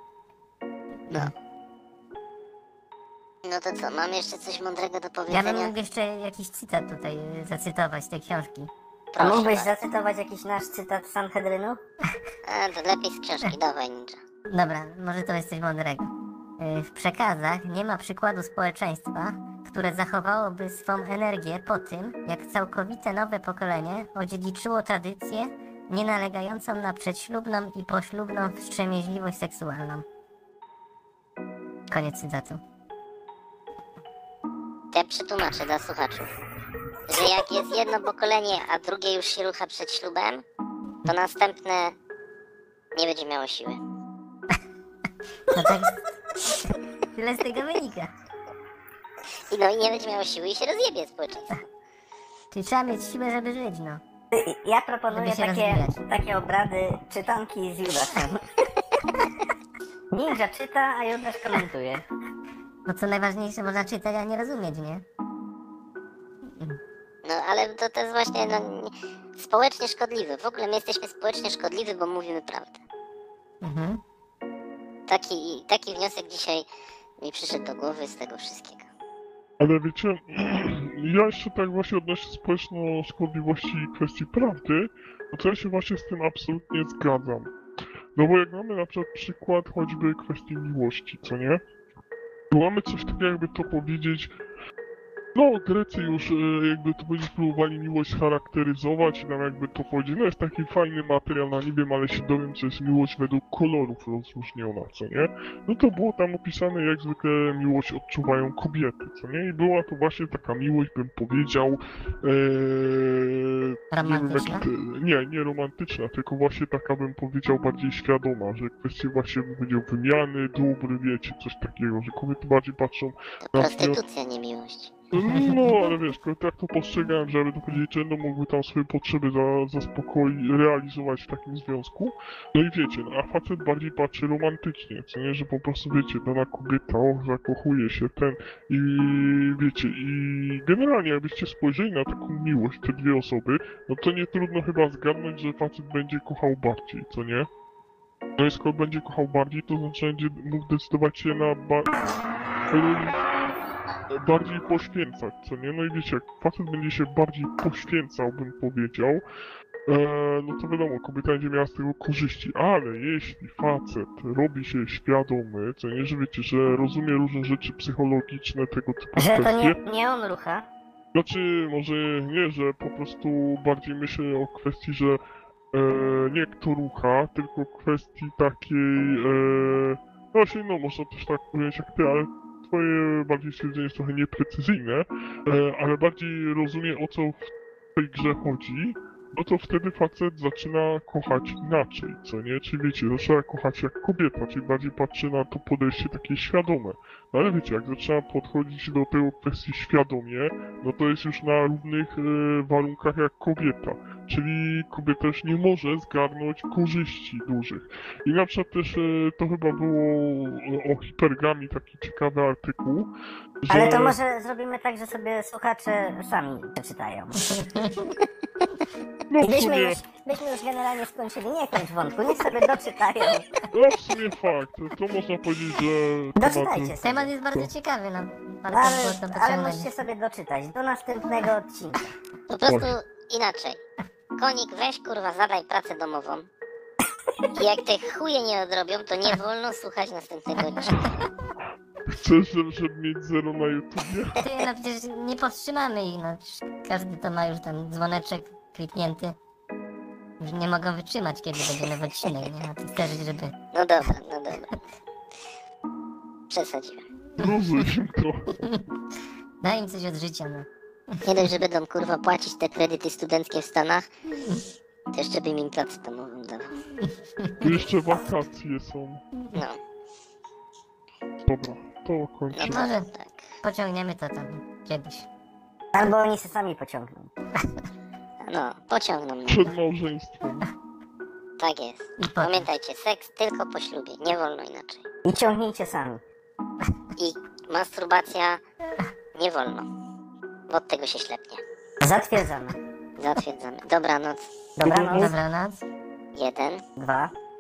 No to co, mam jeszcze coś mądrego do Ja bym powiedzenia? mógł jeszcze jakiś cytat tutaj zacytować z tej książki. A Proszę mógłbyś bardzo. zacytować jakiś nasz cytat z Sanhedrynu? A, to lepiej z książki, dawaj ninja. Dobra, może to jest coś mądrego. W przekazach nie ma przykładu społeczeństwa, które zachowałoby swą energię po tym, jak całkowite nowe pokolenie odziedziczyło tradycję nie nalegającą na przedślubną i poślubną wstrzemięźliwość seksualną. Koniec cytatu. Ja przetłumaczę dla słuchaczów, że jak jest jedno pokolenie, a drugie już się rucha przed ślubem, to następne nie będzie miało siły. No tak, tyle z tego wynika. No i nie będzie miało siły i się rozjebie społeczeństwo. Czyli trzeba mieć siłę, żeby żyć, no. Ja proponuję Żeby się rozwijać. takie obrady czytanki z Judaszem. Ninja czyta, a Judasz komentuje. Bo co najważniejsze, można czytać, a nie rozumieć, nie? No ale to jest właśnie społecznie szkodliwe. W ogóle my jesteśmy społecznie szkodliwi, bo mówimy prawdę. Mhm. Taki wniosek dzisiaj mi przyszedł do głowy z tego wszystkiego. Ale wiecie, ja jeszcze tak właśnie odnośnie społeczno-szkodliwości i kwestii prawdy, no to ja się właśnie z tym absolutnie zgadzam. No bo jak mamy na przykład choćby kwestii miłości, co nie? To mamy coś takiego, jakby to powiedzieć, No, Grecy już jakby to będzie próbowali miłość charakteryzować i nam jakby to chodzi. No jest taki fajny materiał, no nie wiem, ale się dowiem, co jest miłość według kolorów rozróżniona, co nie? No to było tam opisane, jak zwykle miłość odczuwają kobiety, co nie? I była to właśnie taka miłość, bym powiedział, Romantyczna? nie romantyczna, tylko właśnie taka, bym powiedział, bardziej świadoma, że kwestie właśnie, bym powiedział, wymiany, dóbr, wiecie, coś takiego, że kobiety bardziej patrzą To na prostytucja, nie miłość. no, ale wiesz, tak to postrzegałem, że aby to powiedzieć, że no mogły tam swoje potrzeby zaspokoić, realizować w takim związku. No i wiecie, no, a facet bardziej patrzy romantycznie, co nie, że po prostu wiecie, dana kobieta, o, zakochuje się ten i wiecie, i generalnie jakbyście spojrzeli na taką miłość, te dwie osoby, no to nie trudno chyba zgadnąć, że facet będzie kochał bardziej, co nie? No i skoro będzie kochał bardziej, to znaczy będzie mógł decydować się na bardziej poświęcać, co nie? No i wiecie, jak facet będzie się bardziej poświęcał, bym powiedział, no to wiadomo, kobieta będzie miała z tego korzyści, ale jeśli facet robi się świadomy, co nie, że wiecie, że rozumie różne rzeczy psychologiczne, tego typu Że to kwestie, nie on rucha. znaczy może nie, że po prostu bardziej myślę o kwestii, że nie kto rucha, tylko kwestii takiej, no właśnie, no można też tak powiedzieć jak ty, ale twoje bardziej stwierdzenie jest trochę nieprecyzyjne, ale bardziej rozumie, o co w tej grze chodzi, no to wtedy facet zaczyna kochać inaczej, co nie? Czyli wiecie, zaczyna kochać jak kobieta, czyli bardziej patrzy na to podejście takie świadome. No ale wiecie, jak zaczyna podchodzić do tego kwestii świadomie, no to jest już na równych warunkach jak kobieta. Czyli kobieta już nie może zgarnąć korzyści dużych. I na przykład też to chyba było o hipergamii taki ciekawy artykuł, że... Ale to może zrobimy tak, że sobie słuchacze sami przeczytają. No w Byśmy sumie, już generalnie skończyli, nie kończ wątku, niech sobie doczytają. no w sumie fakt, to można powiedzieć, że... Doczytajcie sobie. Temat jest bardzo ciekawy, no. Warto Ale, było to ale pociągnąć. musicie sobie doczytać do następnego odcinka. Po prostu inaczej. Konik, weź kurwa, zadaj pracę domową. I jak te chuje nie odrobią, to nie wolno słuchać następnego odcinka. Chcesz, żeby mieć zero na YouTubie? Ty, no przecież nie powstrzymamy ich, no. Każdy to ma już ten dzwoneczek kliknięty. Już nie mogą wytrzymać, kiedy będzie nowy odcinek, nie? A ty chcesz, żeby... No dobra, no dobra. Przesadziłem. Rozumiem to. Daj im coś od życia, no. Nie dość, że będą kurwa płacić te kredyty studenckie w Stanach, to jeszcze bym im pracę domową dawał. Jeszcze wakacje są. No, Dobra, to no kończymy. to Może tak. pociągniemy to tam kiedyś. Albo oni się sami pociągną. No, pociągną mnie. Przed małżeństwem. Tak jest. I potem. Pamiętajcie, seks tylko po ślubie, nie wolno inaczej. I ciągnijcie sami. I masturbacja nie wolno, bo od tego się ślepnie. Zatwierdzamy. Zatwierdzamy. Dobranoc. Dobranoc. Dobranoc. 1. 2.